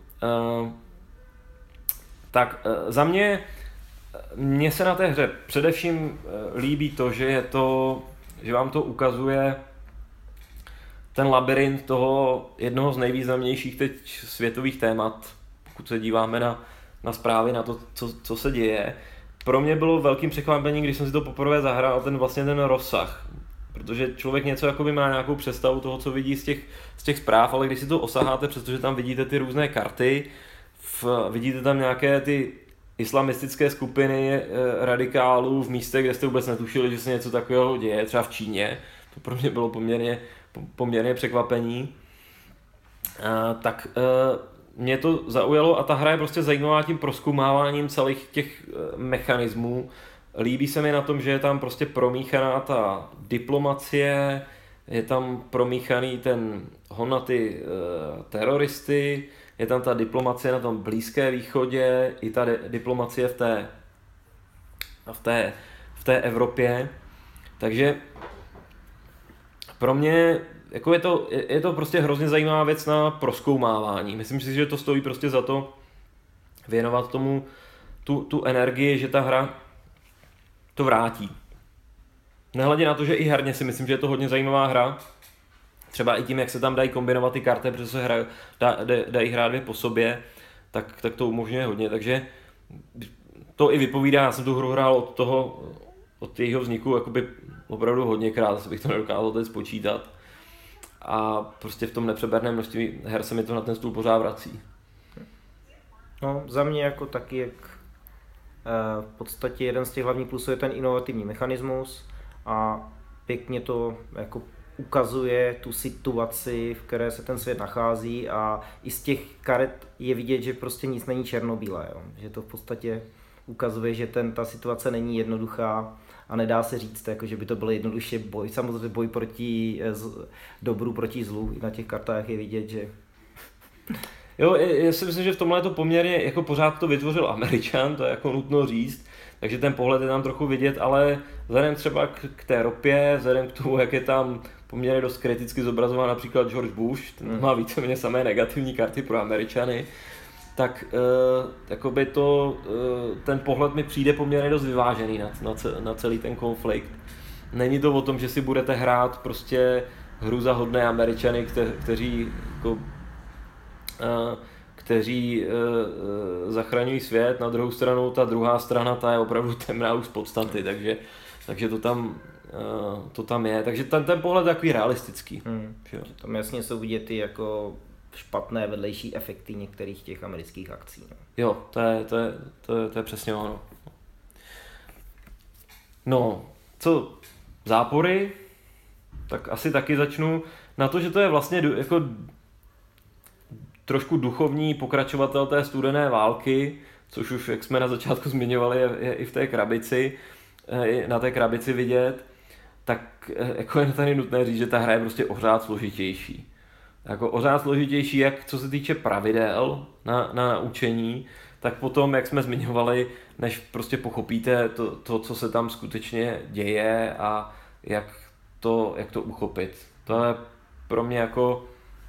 Za mně se na té hře především líbí to, že vám to ukazuje ten labirint toho jednoho z nejvýznamnějších teď světových témat, pokud se díváme na zprávy, na to, co se děje. Pro mě bylo velkým překvapením, když jsem si to poprvé zahrál, ten rozsah. Protože člověk něco jakoby má nějakou představu toho, co vidí z těch zpráv, ale když si to osaháte, přestože tam vidíte ty různé karty, vidíte tam nějaké ty islamistické skupiny radikálů v místech, kde jste vůbec netušili, že se něco takového děje, třeba v Číně, to pro mě bylo poměrně překvapení, tak mě to zaujalo a ta hra je prostě zajímavá tím prozkoumáváním celých těch mechanismů. Líbí se mi na tom, že je tam prostě promíchaná ta diplomacie, je tam promíchaný ten hon na ty teroristy, je tam ta diplomacie na tom Blízké východě, i ta diplomacie v té Evropě. Takže pro mě jako je to prostě hrozně zajímavá věc na prozkoumávání. Myslím si, že to stojí prostě za to věnovat tomu tu energii, že ta hra to vrátí. Nehledě na to, že i herně si myslím, že je to hodně zajímavá hra. Třeba i tím, jak se tam dají kombinovat ty karty, protože se dají hrát dvě po sobě, tak to umožňuje hodně. Takže to i vypovídá, já jsem tu hru hrál od jejího vzniku jakoby opravdu hodněkrát, asi bych to nedokázal teď spočítat. A prostě v tom nepřeberném množství her se mi to na ten stůl pořád vrací. No, za mě jako taky, jak v podstatě jeden z těch hlavních plusů je ten inovativní mechanismus a pěkně to jako ukazuje tu situaci, v které se ten svět nachází a i z těch karet je vidět, že prostě nic není černobílé, jo. Že to v podstatě ukazuje, že ta situace není jednoduchá a nedá se říct, jako, že by to byl jednoduše boj, samozřejmě boj proti dobru, proti zlu, na těch kartách je vidět, že... Jo, já si myslím, že v tomhle je to poměrně, jako pořád to vytvořil Američan, to je jako nutno říct, takže ten pohled je tam trochu vidět, ale vzhledem třeba k té ropě, vzhledem k tomu, jak je tam poměrně dost kriticky zobrazován například George Bush, ten má víceméně samé negativní karty pro Američany, tak ten pohled mi přijde poměrně dost vyvážený na celý ten konflikt. Není to o tom, že si budete hrát prostě hru za hodné Američany, kteří zachraňují svět, na druhou stranu ta druhá strana, ta je opravdu temná už z podstaty, takže to tam je, takže ten pohled je takový realistický. Tam jasně jsou vidět i jako špatné vedlejší efekty některých těch amerických akcí. No. Jo, to je přesně ono. No, co zápory, tak asi taky začnu na to, že to je vlastně jako trošku duchovní pokračovatel té studené války, což už, jak jsme na začátku zmiňovali, je i v té krabici, na té krabici vidět, tak jako je tady nutné říct, že ta hra je prostě o řád složitější. Jako o řád složitější, jak co se týče pravidel na naučení, tak potom, jak jsme zmiňovali, než prostě pochopíte to, co se tam skutečně děje a jak to uchopit. To je pro mě jako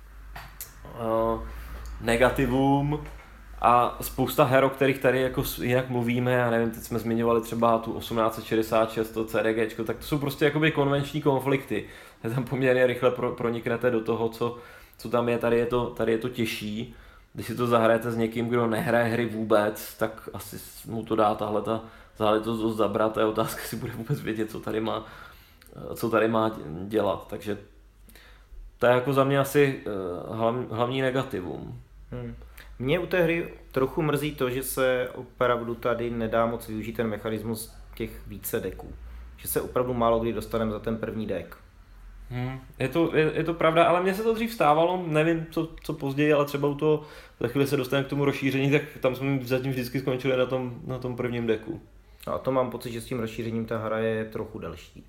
negativum a spousta her, o kterých tady jako jinak mluvíme, já nevím, teď jsme zmiňovali třeba tu 1866, to CDG, tak to jsou prostě jakoby konvenční konflikty. Tam poměrně rychle proniknete do toho, co tam je, tady je to těžší. Když si to zahrajete s někým, kdo nehraje hry vůbec, tak asi mu to dá tahle ta záležitost zabrat. A otázka, si bude vůbec vědět, co tady má dělat. Takže to je jako za mě asi hlavní negativum. Mě u té hry trochu mrzí to, že se opravdu tady nedá moc využít ten mechanismus těch více deků. Že se opravdu málo kdy dostaneme za ten první dek. Je to pravda, ale mně se to dřív stávalo, nevím co později, ale třeba u toho, za chvíli se dostaneme k tomu rozšíření, tak tam jsme zatím vždycky skončili na tom prvním deku. A to mám pocit, že s tím rozšířením ta hra je trochu delší.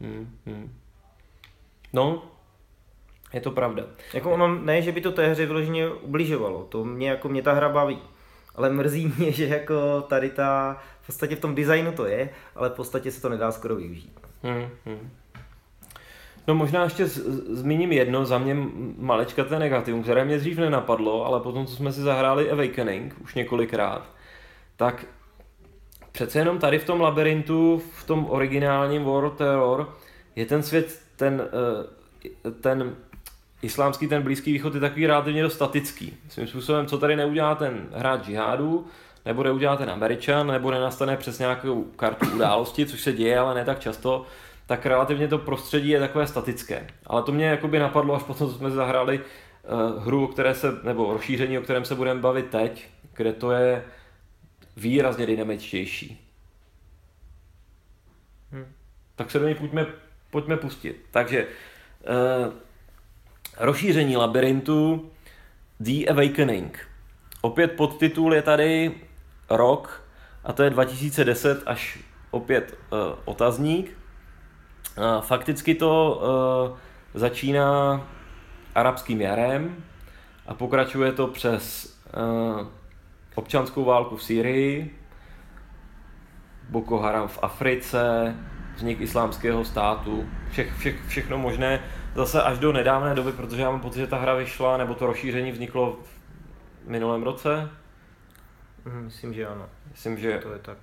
No, je to pravda. Jako ono ne, že by to té hře vyloženě ubližovalo, to mě ta hra baví. Ale mrzí mě, že jako tady v podstatě v tom designu to je, ale v podstatě se to nedá skoro využít. No možná ještě zmíním jedno za mě maličkaté negativum, které mě dřív nenapadlo, ale potom, co jsme si zahráli Awakening už několikrát, tak přece jenom tady v tom labirintu, v tom originálním War of Terror, je ten svět, ten islámský, ten Blízký východ je takový relativně dost statický. Svým způsobem, co tady neudělá ten hráč džihádu, nebo neudělá ten Američan, nebo nenastane přes nějakou kartu události, což se děje, ale ne tak často, tak relativně to prostředí je takové statické. Ale to mě jakoby napadlo až potom, co jsme zahráli hru, nebo rozšíření, o kterém se budeme bavit teď, kde to je výrazně dynamičtější. Tak se do něj pojďme pustit. Takže rozšíření labirintu The Awakening. Opět podtitul je tady rok, a to je 2010 až opět otazník. Fakticky to začíná arabským jarem a pokračuje to přes občanskou válku v Sýrii, Boko Haram v Africe, vznik islámského státu, všechno možné, zase až do nedávné doby, protože já mám pocit, že ta hra vyšla, nebo to rozšíření vzniklo v minulém roce. Myslím, že ano. Myslím, že to je tak.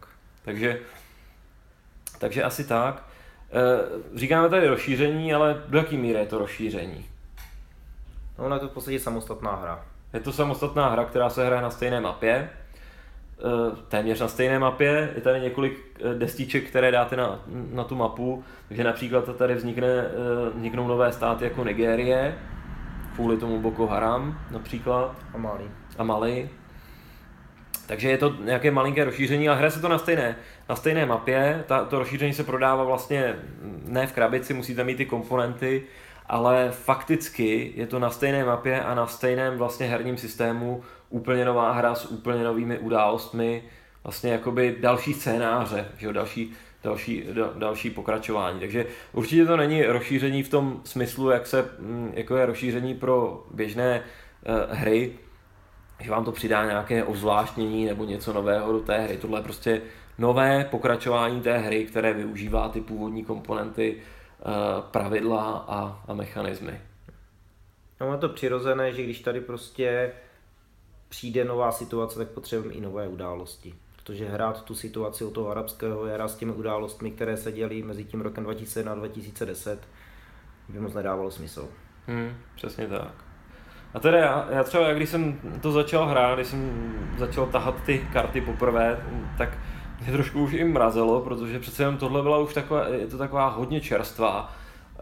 Takže asi tak. Říkáme tady rozšíření, ale do jaký míry je to rozšíření? No, ona je to v podstatě samostatná hra. Je to samostatná hra, která se hraje na stejné mapě. Téměř na stejné mapě. Je tady několik destiček, které dáte na tu mapu. Takže například tady vzniknou nové státy jako Nigérie, kvůli tomu Boko Haram například. A Mali. Takže je to nějaké malinké rozšíření, ale hraje se to na stejné mapě. To rozšíření se prodává vlastně ne v krabici, musíte mít ty komponenty, ale fakticky je to na stejné mapě a na stejném vlastně herním systému úplně nová hra s úplně novými událostmi, vlastně jakoby další scénáře, že jo, další pokračování. Takže určitě to není rozšíření v tom smyslu, jako je rozšíření pro běžné hry, že vám to přidá nějaké ozvláštnění nebo něco nového do té hry. Tohle je prostě nové pokračování té hry, které využívá ty původní komponenty, pravidla a mechanismy. No, je to přirozené, že když tady prostě přijde nová situace, tak potřebujeme i nové události. Protože hrát tu situaci od toho arabského jara s těmi událostmi, které se děly mezi tím rokem 2001 a 2010, by moc nedávalo smysl. Přesně tak. A teda já třeba, když jsem to začal hrát, když jsem začal tahat ty karty poprvé, tak mě trošku už i mrazelo, protože přece jenom tohle byla už taková hodně čerstvá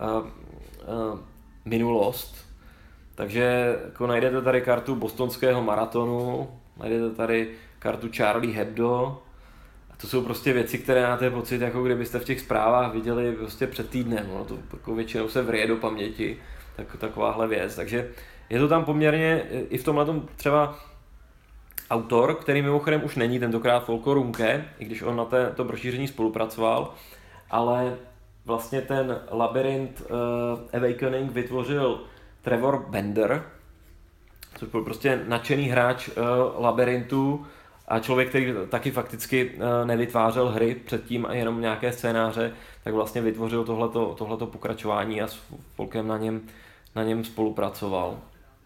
minulost. Takže jako najdete tady kartu bostonského maratonu, najdete tady kartu Charlie Hebdo. A to jsou prostě věci, které máte pocit, jako kdybyste v těch zprávách viděli prostě před týdnem. No, to jako většinou se vryje do paměti, takováhle věc. Takže je to tam poměrně i v tomhletom třeba autor, který mimochodem už není tentokrát Volker Runke, i když on na tom rozšíření spolupracoval, ale vlastně ten Labyrinth Awakening vytvořil Trevor Bender, což byl prostě nadšený hráč Labyrintu a člověk, který taky fakticky nevytvářel hry předtím a jenom nějaké scénáře, tak vlastně vytvořil tohleto pokračování a s Volkem na něm spolupracoval.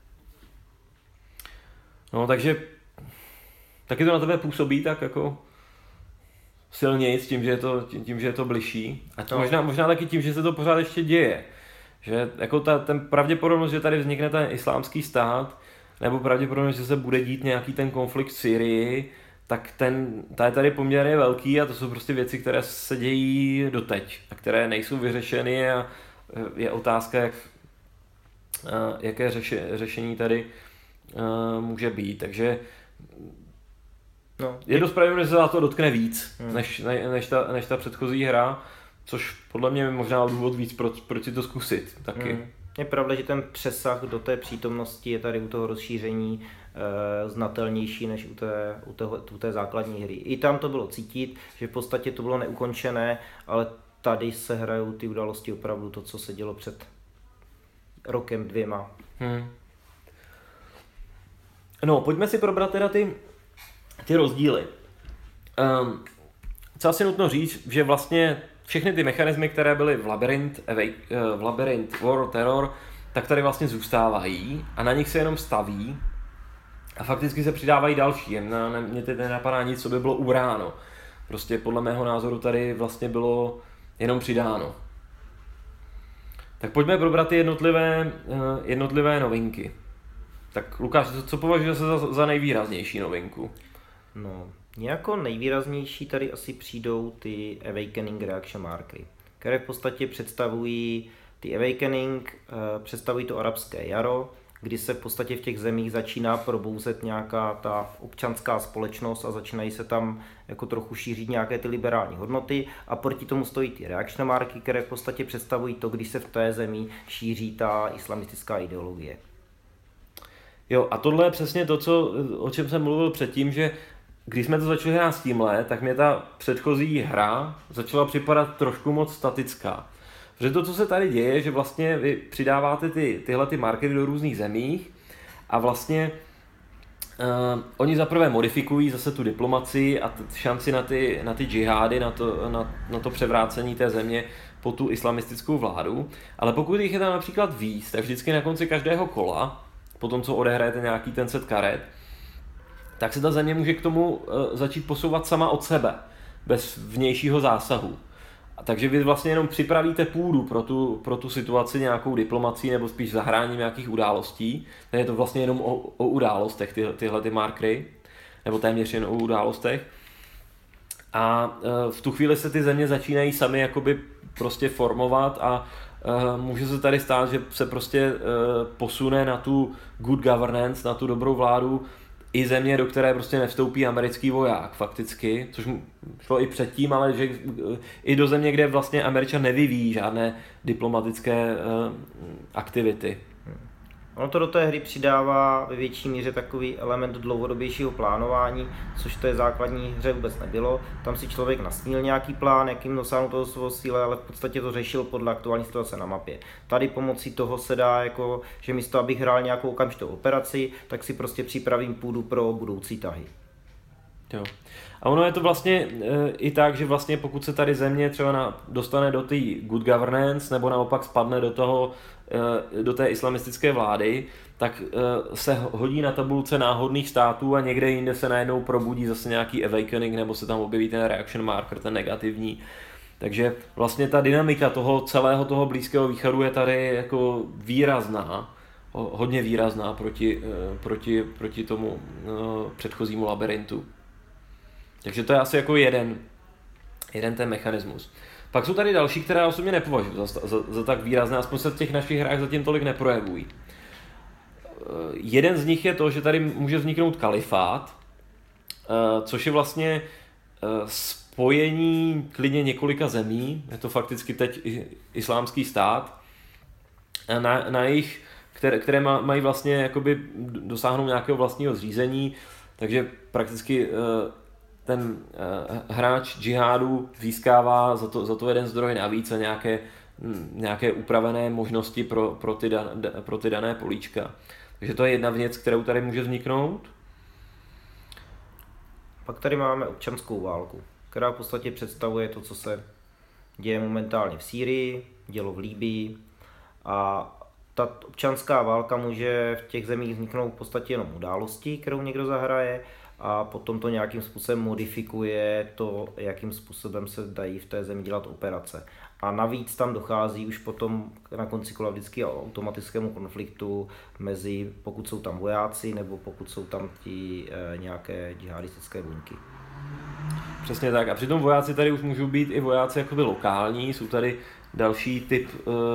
No takže taky to na tebe působí tak jako silněji tím, že je to bližší. A to možná taky tím, že se to pořád ještě děje. Že jako ten pravděpodobnost, že tady vznikne ten islámský stát, nebo pravděpodobnost, že se bude dít nějaký ten konflikt v Syrii, tak ta je tady poměrně velký a to jsou prostě věci, které se dějí doteď a které nejsou vyřešeny a je otázka, jaké řešení tady může být. Takže je dost pravděpodobné, že se za to dotkne víc, než ta předchozí hra, což podle mě je možná důvod víc, proč si to zkusit taky. Je pravda, že ten přesah do té přítomnosti je tady u toho rozšíření znatelnější než u té základní hry. I tam to bylo cítit, že v podstatě to bylo neukončené, ale tady se hrajou ty události opravdu to, co se dělo před rokem, 2. No, pojďme si probrat teda ty rozdíly. Co asi nutno říct, že vlastně všechny ty mechanismy, které byly v Labyrinth War Terror, tak tady vlastně zůstávají a na nich se jenom staví a fakticky se přidávají další. Mně teď nenapadá nic, co by bylo ubráno. Prostě podle mého názoru tady vlastně bylo jenom přidáno. Tak pojďme probrat ty jednotlivé novinky. Tak Lukáš, co považuješ za nejvýraznější novinku? No, jako nejvýraznější tady asi přijdou ty Awakening Reaction Markery, které v podstatě představují ty Awakening, představují to arabské jaro, kdy se v podstatě v těch zemích začíná probouzet nějaká ta občanská společnost a začínají se tam jako trochu šířit nějaké ty liberální hodnoty a proti tomu stojí ty reaction marky, které v podstatě představují to, když se v té zemi šíří ta islamistická ideologie. Jo, a tohle je přesně to, o čem jsem mluvil předtím, že když jsme to začali hrát s tímhle, tak mě ta předchozí hra začala připadat trošku moc statická. Protože to, co se tady děje, že vlastně vy přidáváte tyhle markery do různých zemích a vlastně oni zaprvé modifikují zase tu diplomacii a šanci na ty džihády, na to převrácení té země po tu islamistickou vládu, ale pokud jich je tam například víc, tak vždycky na konci každého kola, po tom, co odehrajete nějaký ten set karet, tak se ta země může k tomu začít posouvat sama od sebe, bez vnějšího zásahu. A takže vy vlastně jenom připravíte půdu pro tu situaci nějakou diplomací nebo spíš zahráním nějakých událostí. Takže je to vlastně jenom o událostech, tyhle ty markery, nebo téměř jen o událostech. A v tu chvíli se ty země začínají sami jakoby prostě formovat a může se tady stát, že se prostě posune na tu good governance, na tu dobrou vládu i země, do které prostě nevstoupí americký voják fakticky, což šlo i předtím, ale že i do země, kde vlastně Američan nevyvíjí žádné diplomatické aktivity. Ono to do té hry přidává ve větší míře takový element dlouhodobějšího plánování, což v té základní hře vůbec nebylo. Tam si člověk nasnil nějaký plán, jakým dosáhnout toho svého cíle, ale v podstatě to řešil podle aktuální situace na mapě. Tady pomocí toho se dá, jako, že místo abych hrál nějakou okamžitou operaci, tak si prostě připravím půdu pro budoucí tahy. Jo. A ono je to vlastně i tak, že vlastně pokud se tady země třeba dostane do té good governance nebo naopak spadne do té islamistické vlády, tak se hodí na tabulce náhodných států a někde jinde se najednou probudí zase nějaký awakening nebo se tam objeví ten reaction marker, ten negativní. Takže vlastně ta dynamika celého toho Blízkého východu je tady jako výrazná, hodně výrazná proti tomu předchozímu labyrintu. Takže to je asi jako jeden ten mechanismus. Pak jsou tady další, které osobně nepovažuji za tak výrazné, aspoň se v těch našich hrách zatím tolik neprojevují. Jeden z nich je to, že tady může vzniknout kalifát, což je vlastně spojení klidně několika zemí, je to fakticky teď islámský stát, které mají vlastně jakoby dosáhnout nějakého vlastního zřízení. Takže prakticky ten hráč džihádu získává za to jeden zdroj navíc a nějaké upravené možnosti pro ty dané políčka. Takže to je jedna věc, kterou tady může vzniknout. Pak tady máme občanskou válku, která v podstatě představuje to, co se děje momentálně v Sýrii, dělo v Libyi a ta občanská válka může v těch zemích vzniknout v podstatě jenom událostí, kterou někdo zahraje a potom to nějakým způsobem modifikuje to, jakým způsobem se dají v té zemi dělat operace. A navíc tam dochází už potom na konci kola vždycky automatickému konfliktu mezi, pokud jsou tam vojáci nebo pokud jsou tam ti nějaké džihadistické buňky. Přesně tak. A přitom vojáci tady už můžou být i vojáci jakoby lokální, jsou tady další typ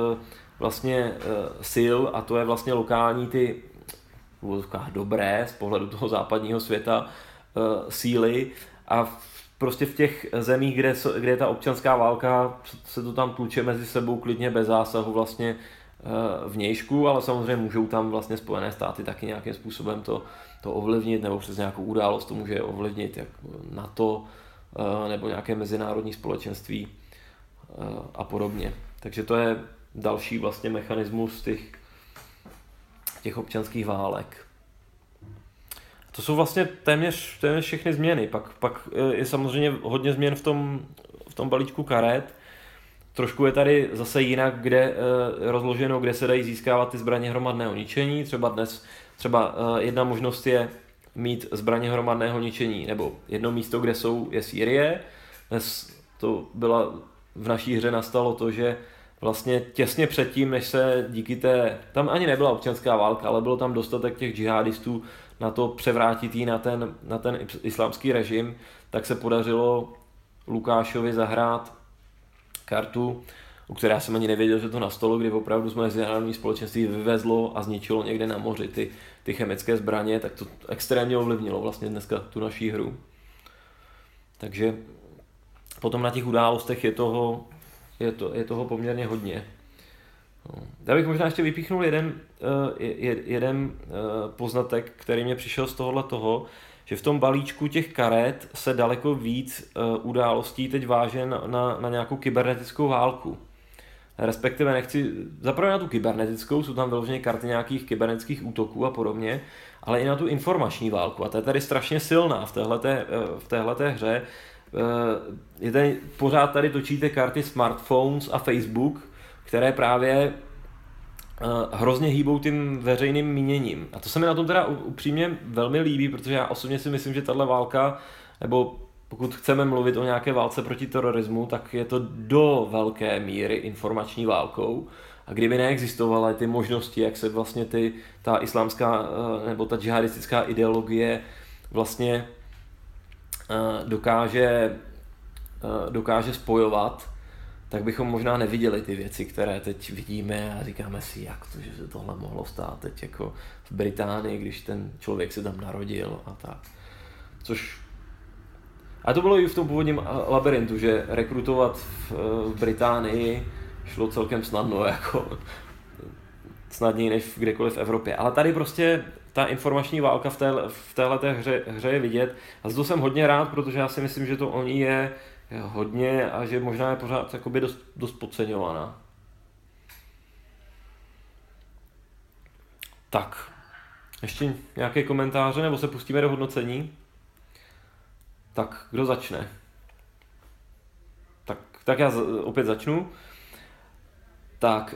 sil a to je vlastně lokální ty dobré z pohledu toho západního světa síly a prostě v těch zemích, kde je ta občanská válka, se to tam tluče mezi sebou klidně bez zásahu vlastně vnějšku, ale samozřejmě můžou tam vlastně Spojené státy taky nějakým způsobem to ovlivnit, nebo přes nějakou událost to může ovlivnit, jak NATO nebo nějaké mezinárodní společenství a podobně. Takže to je další vlastně mechanismus těch občanských válek. To jsou vlastně téměř všechny změny. Pak je samozřejmě hodně změn v tom balíčku karet. Trošku je tady zase jinak, rozloženo, kde se dají získávat ty zbraně hromadného ničení. Třeba jedna možnost je mít zbraně hromadného ničení, nebo jedno místo, kde je Sýrie. Dnes to v naší hře nastalo to, že vlastně těsně předtím, než se tam ani nebyla občanská válka, ale bylo tam dostatek těch džihadistů na to převrátit jí na ten islámský režim, tak se podařilo Lukášovi zahrát kartu, u které já jsem ani nevěděl, že to nastalo, kdy opravdu jsme mezinárodní společenství vyvezlo a zničilo někde na moři ty chemické zbraně, tak to extrémně ovlivnilo vlastně dneska tu naší hru. Takže potom na těch událostech je toho poměrně hodně. Já bych možná ještě vypíchnul jeden poznatek, který mě přišel z toho, že v tom balíčku těch karet se daleko víc událostí teď váže na nějakou kybernetickou válku. Respektive nechci zaprvé na tu kybernetickou, jsou tam vyloženě karty nějakých kybernetických útoků a podobně, ale i na tu informační válku. A ta je tady strašně silná v téhleté hře. Pořád tady točíte karty smartphones a Facebook, které právě hrozně hýbou tím veřejným míněním. A to se mi na tom teda upřímně velmi líbí, protože já osobně si myslím, že tahle válka, nebo pokud chceme mluvit o nějaké válce proti terorismu, tak je to do velké míry informační válkou. A kdyby neexistovaly ty možnosti, jak se vlastně ta islámská nebo ta džihadistická ideologie vlastně dokáže spojovat, tak bychom možná neviděli ty věci, které teď vidíme a říkáme si, jak to, že se tohle mohlo stát teď jako v Británii, když ten člověk se tam narodil a tak. A to bylo i v tom původním labirintu, že rekrutovat v Británii šlo celkem snadno, jako snadněji než kdekoliv v Evropě. Ale tady prostě ta informační válka v téhleté hře je vidět a to jsem hodně rád, protože já si myslím, že to o ní je hodně a že možná je pořád jakoby dost podceňovaná. Tak, ještě nějaké komentáře, nebo se pustíme do hodnocení? Tak, kdo začne? Tak já opět začnu. Tak,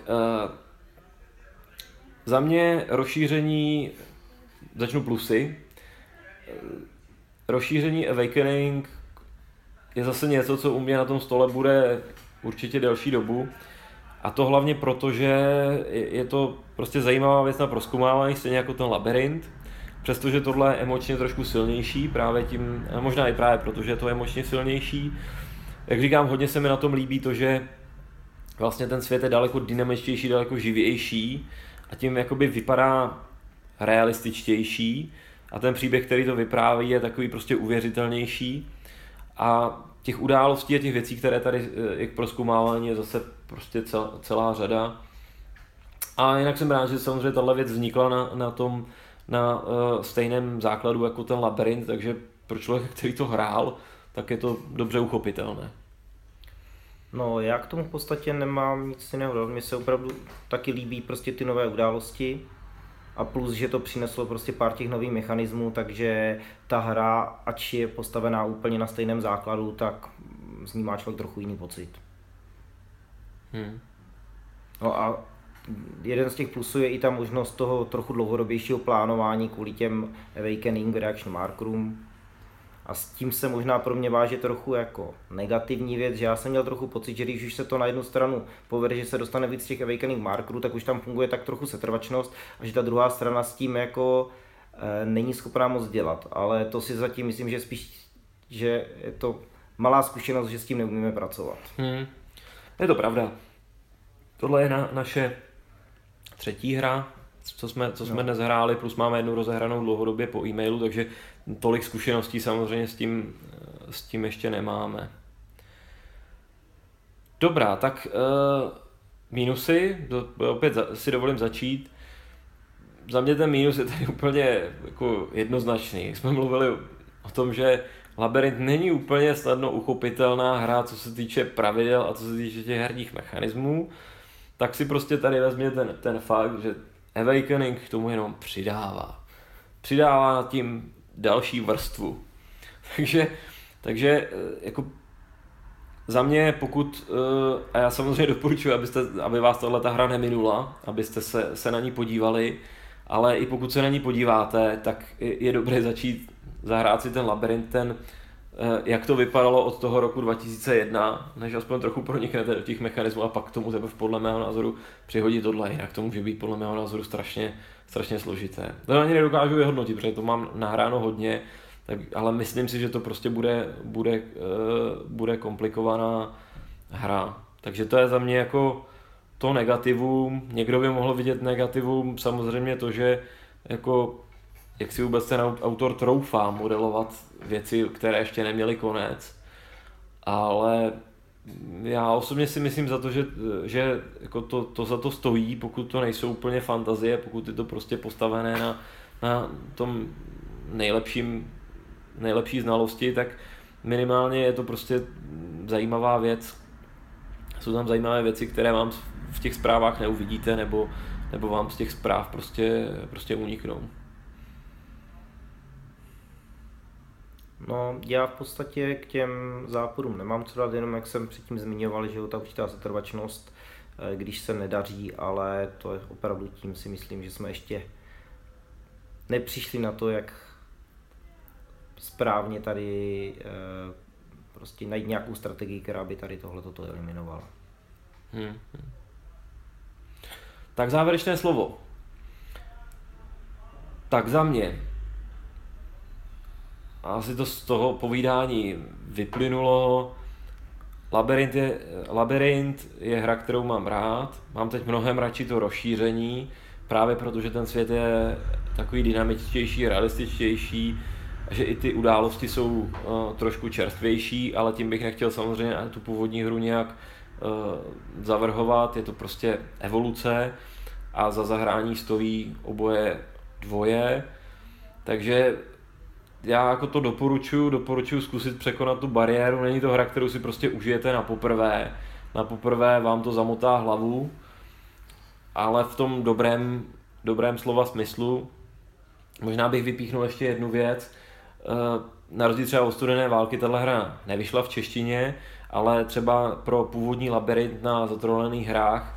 za mě rozšíření, začnu plusy. Rozšíření Awakening je zase něco, co u mě na tom stole bude určitě delší dobu. A to hlavně proto, že je to prostě zajímavá věc na prozkoumávání, stejně jako ten labirint. Přestože tohle je emočně trošku silnější, právě tím, možná i právě proto, že je to emočně silnější. Jak říkám, hodně se mi na tom líbí to, že vlastně ten svět je daleko dynamičtější, daleko živější a tím jakoby vypadá realističtější a ten příběh, který to vypráví, je takový prostě uvěřitelnější a těch událostí a těch věcí, které tady je k prozkoumávání, je zase prostě celá řada. A jinak jsem rád, že samozřejmě tahle věc vznikla na stejném základu jako ten Labyrint, takže pro člověka, který to hrál, tak je to dobře uchopitelné. No, já k tomu v podstatě nemám nic jiného. Mně se opravdu taky líbí prostě ty nové události a plus, že to přineslo prostě pár těch nových mechanismů, takže ta hra, ač je postavená úplně na stejném základu, tak z ní má člověk trochu jiný pocit. No a jeden z těch plusů je i ta možnost toho trochu dlouhodobějšího plánování kvůli těm Awakening Reaction Markerům. A s tím se možná pro mě váže trochu jako negativní věc, že já jsem měl trochu pocit, že když už se to na jednu stranu povede, že se dostane víc těch Awakening Markerů, tak už tam funguje tak trochu setrvačnost a že ta druhá strana s tím jako není schopná moc dělat. Ale to si zatím myslím, že spíš, že je to malá zkušenost, že s tím neumíme pracovat. Je to pravda. Tohle je naše třetí hra, co jsme dnes hráli, plus máme jednu rozehranou dlouhodobě po e-mailu, takže tolik zkušeností samozřejmě s tím ještě nemáme. Dobrá, tak mínusy, opět si dovolím začít. Za mě ten mínus je tady úplně jako jednoznačný. Jak jsme mluvili o tom, že Labyrint není úplně snadno uchopitelná hra, co se týče pravidel a co se týče těch herních mechanismů, tak si prostě tady vezmě ten fakt, že Awakening k tomu jenom přidává. Přidává nad tím další vrstvu. Takže jako za mě, pokud, a já samozřejmě doporučuji, aby vás tato hra neminula, abyste se na ní podívali, ale i pokud se na ní podíváte, tak je dobré začít zahrát si ten Labyrint, jak to vypadalo od toho roku 2001, než aspoň trochu proniknete do těch mechanismů a pak k tomu teprve podle mého názoru přihodit tohle, jinak to může být podle mého názoru strašně složité. To ani nedokážu vyhodnotit, protože to mám nahráno hodně, ale myslím si, že to prostě bude komplikovaná hra. Takže to je za mě jako to negativum. Někdo by mohl vidět negativum samozřejmě to, že jako jak si vůbec ten autor troufá modelovat věci, které ještě neměly konec. Ale já osobně si myslím za to, že jako to za to stojí, pokud to nejsou úplně fantazie, pokud je to prostě postavené na tom nejlepší znalosti, tak minimálně je to prostě zajímavá věc. Jsou tam zajímavé věci, které vám v těch zprávách neuvidíte, nebo vám z těch zpráv prostě uniknou. No, já v podstatě k těm záporům nemám co dát, jenom jak jsem předtím zmiňoval, že je ta určitá setrvačnost, když se nedaří, ale to je opravdu tím si myslím, že jsme ještě nepřišli na to, jak správně tady prostě najít nějakou strategii, která by tady tohleto eliminovala. Tak závěrečné slovo. Tak za mě. Asi to z toho povídání vyplynulo. Labyrint je hra, kterou mám rád. Mám teď mnohem radši to rozšíření, právě protože ten svět je takový dynamičtější, realističtější, že i ty události jsou trošku čerstvější, ale tím bych nechtěl samozřejmě tu původní hru nějak zavrhovat. Je to prostě evoluce a za zahrání stojí oboje dvoje. Takže já jako to doporučuji zkusit překonat tu bariéru. Není to hra, kterou si prostě užijete na poprvé. Na poprvé vám to zamotá hlavu, ale v tom dobrém slova smyslu. Možná bych vypíchnul ještě jednu věc. Na rozdíl třeba od Studené války tahle hra nevyšla v češtině, ale třeba pro původní Labyrint na zatrolených hrách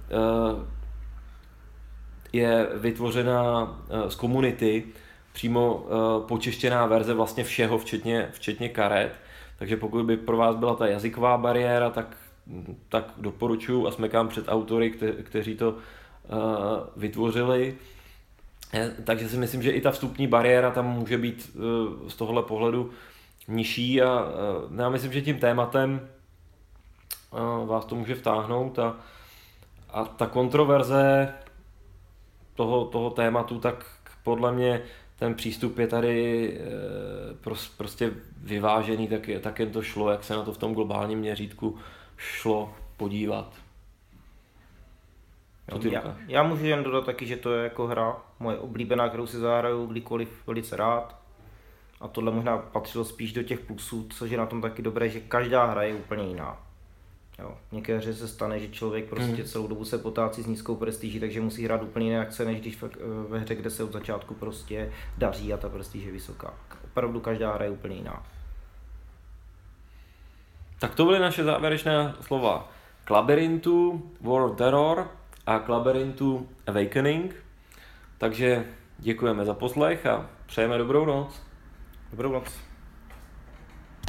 je vytvořena z komunity přímo počeštěná verze vlastně všeho, včetně karet. Takže pokud by pro vás byla ta jazyková bariéra, tak doporučuji a smekám před autory, kteří to vytvořili. Takže si myslím, že i ta vstupní bariéra tam může být z tohohle pohledu nižší a já myslím, že tím tématem vás to může vtáhnout a ta kontroverze toho tématu, tak podle mě ten přístup je tady prostě vyvážený, tak jen to šlo, jak se na to v tom globálním měřítku šlo podívat. Co ty já, říkáš? já můžu jen dodat taky, že to je jako hra moje oblíbená, kterou si zahraju kdykoliv velice rád. A tohle možná patřilo spíš do těch plusů, což je na tom taky dobré, že každá hra je úplně jiná. Jo. V některé hře se stane, že člověk prostě celou dobu se potácí s nízkou prestiží, takže musí hrát úplně jiné akce, než když ve hře, kde se od začátku prostě daří a ta prestiž je vysoká. Opravdu každá hra je úplně jiná. Tak to byly naše závěrečné slova k Labyrintu, War of Terror a k Labyrintu Awakening. Takže děkujeme za poslech a přejeme dobrou noc. Dobrou noc.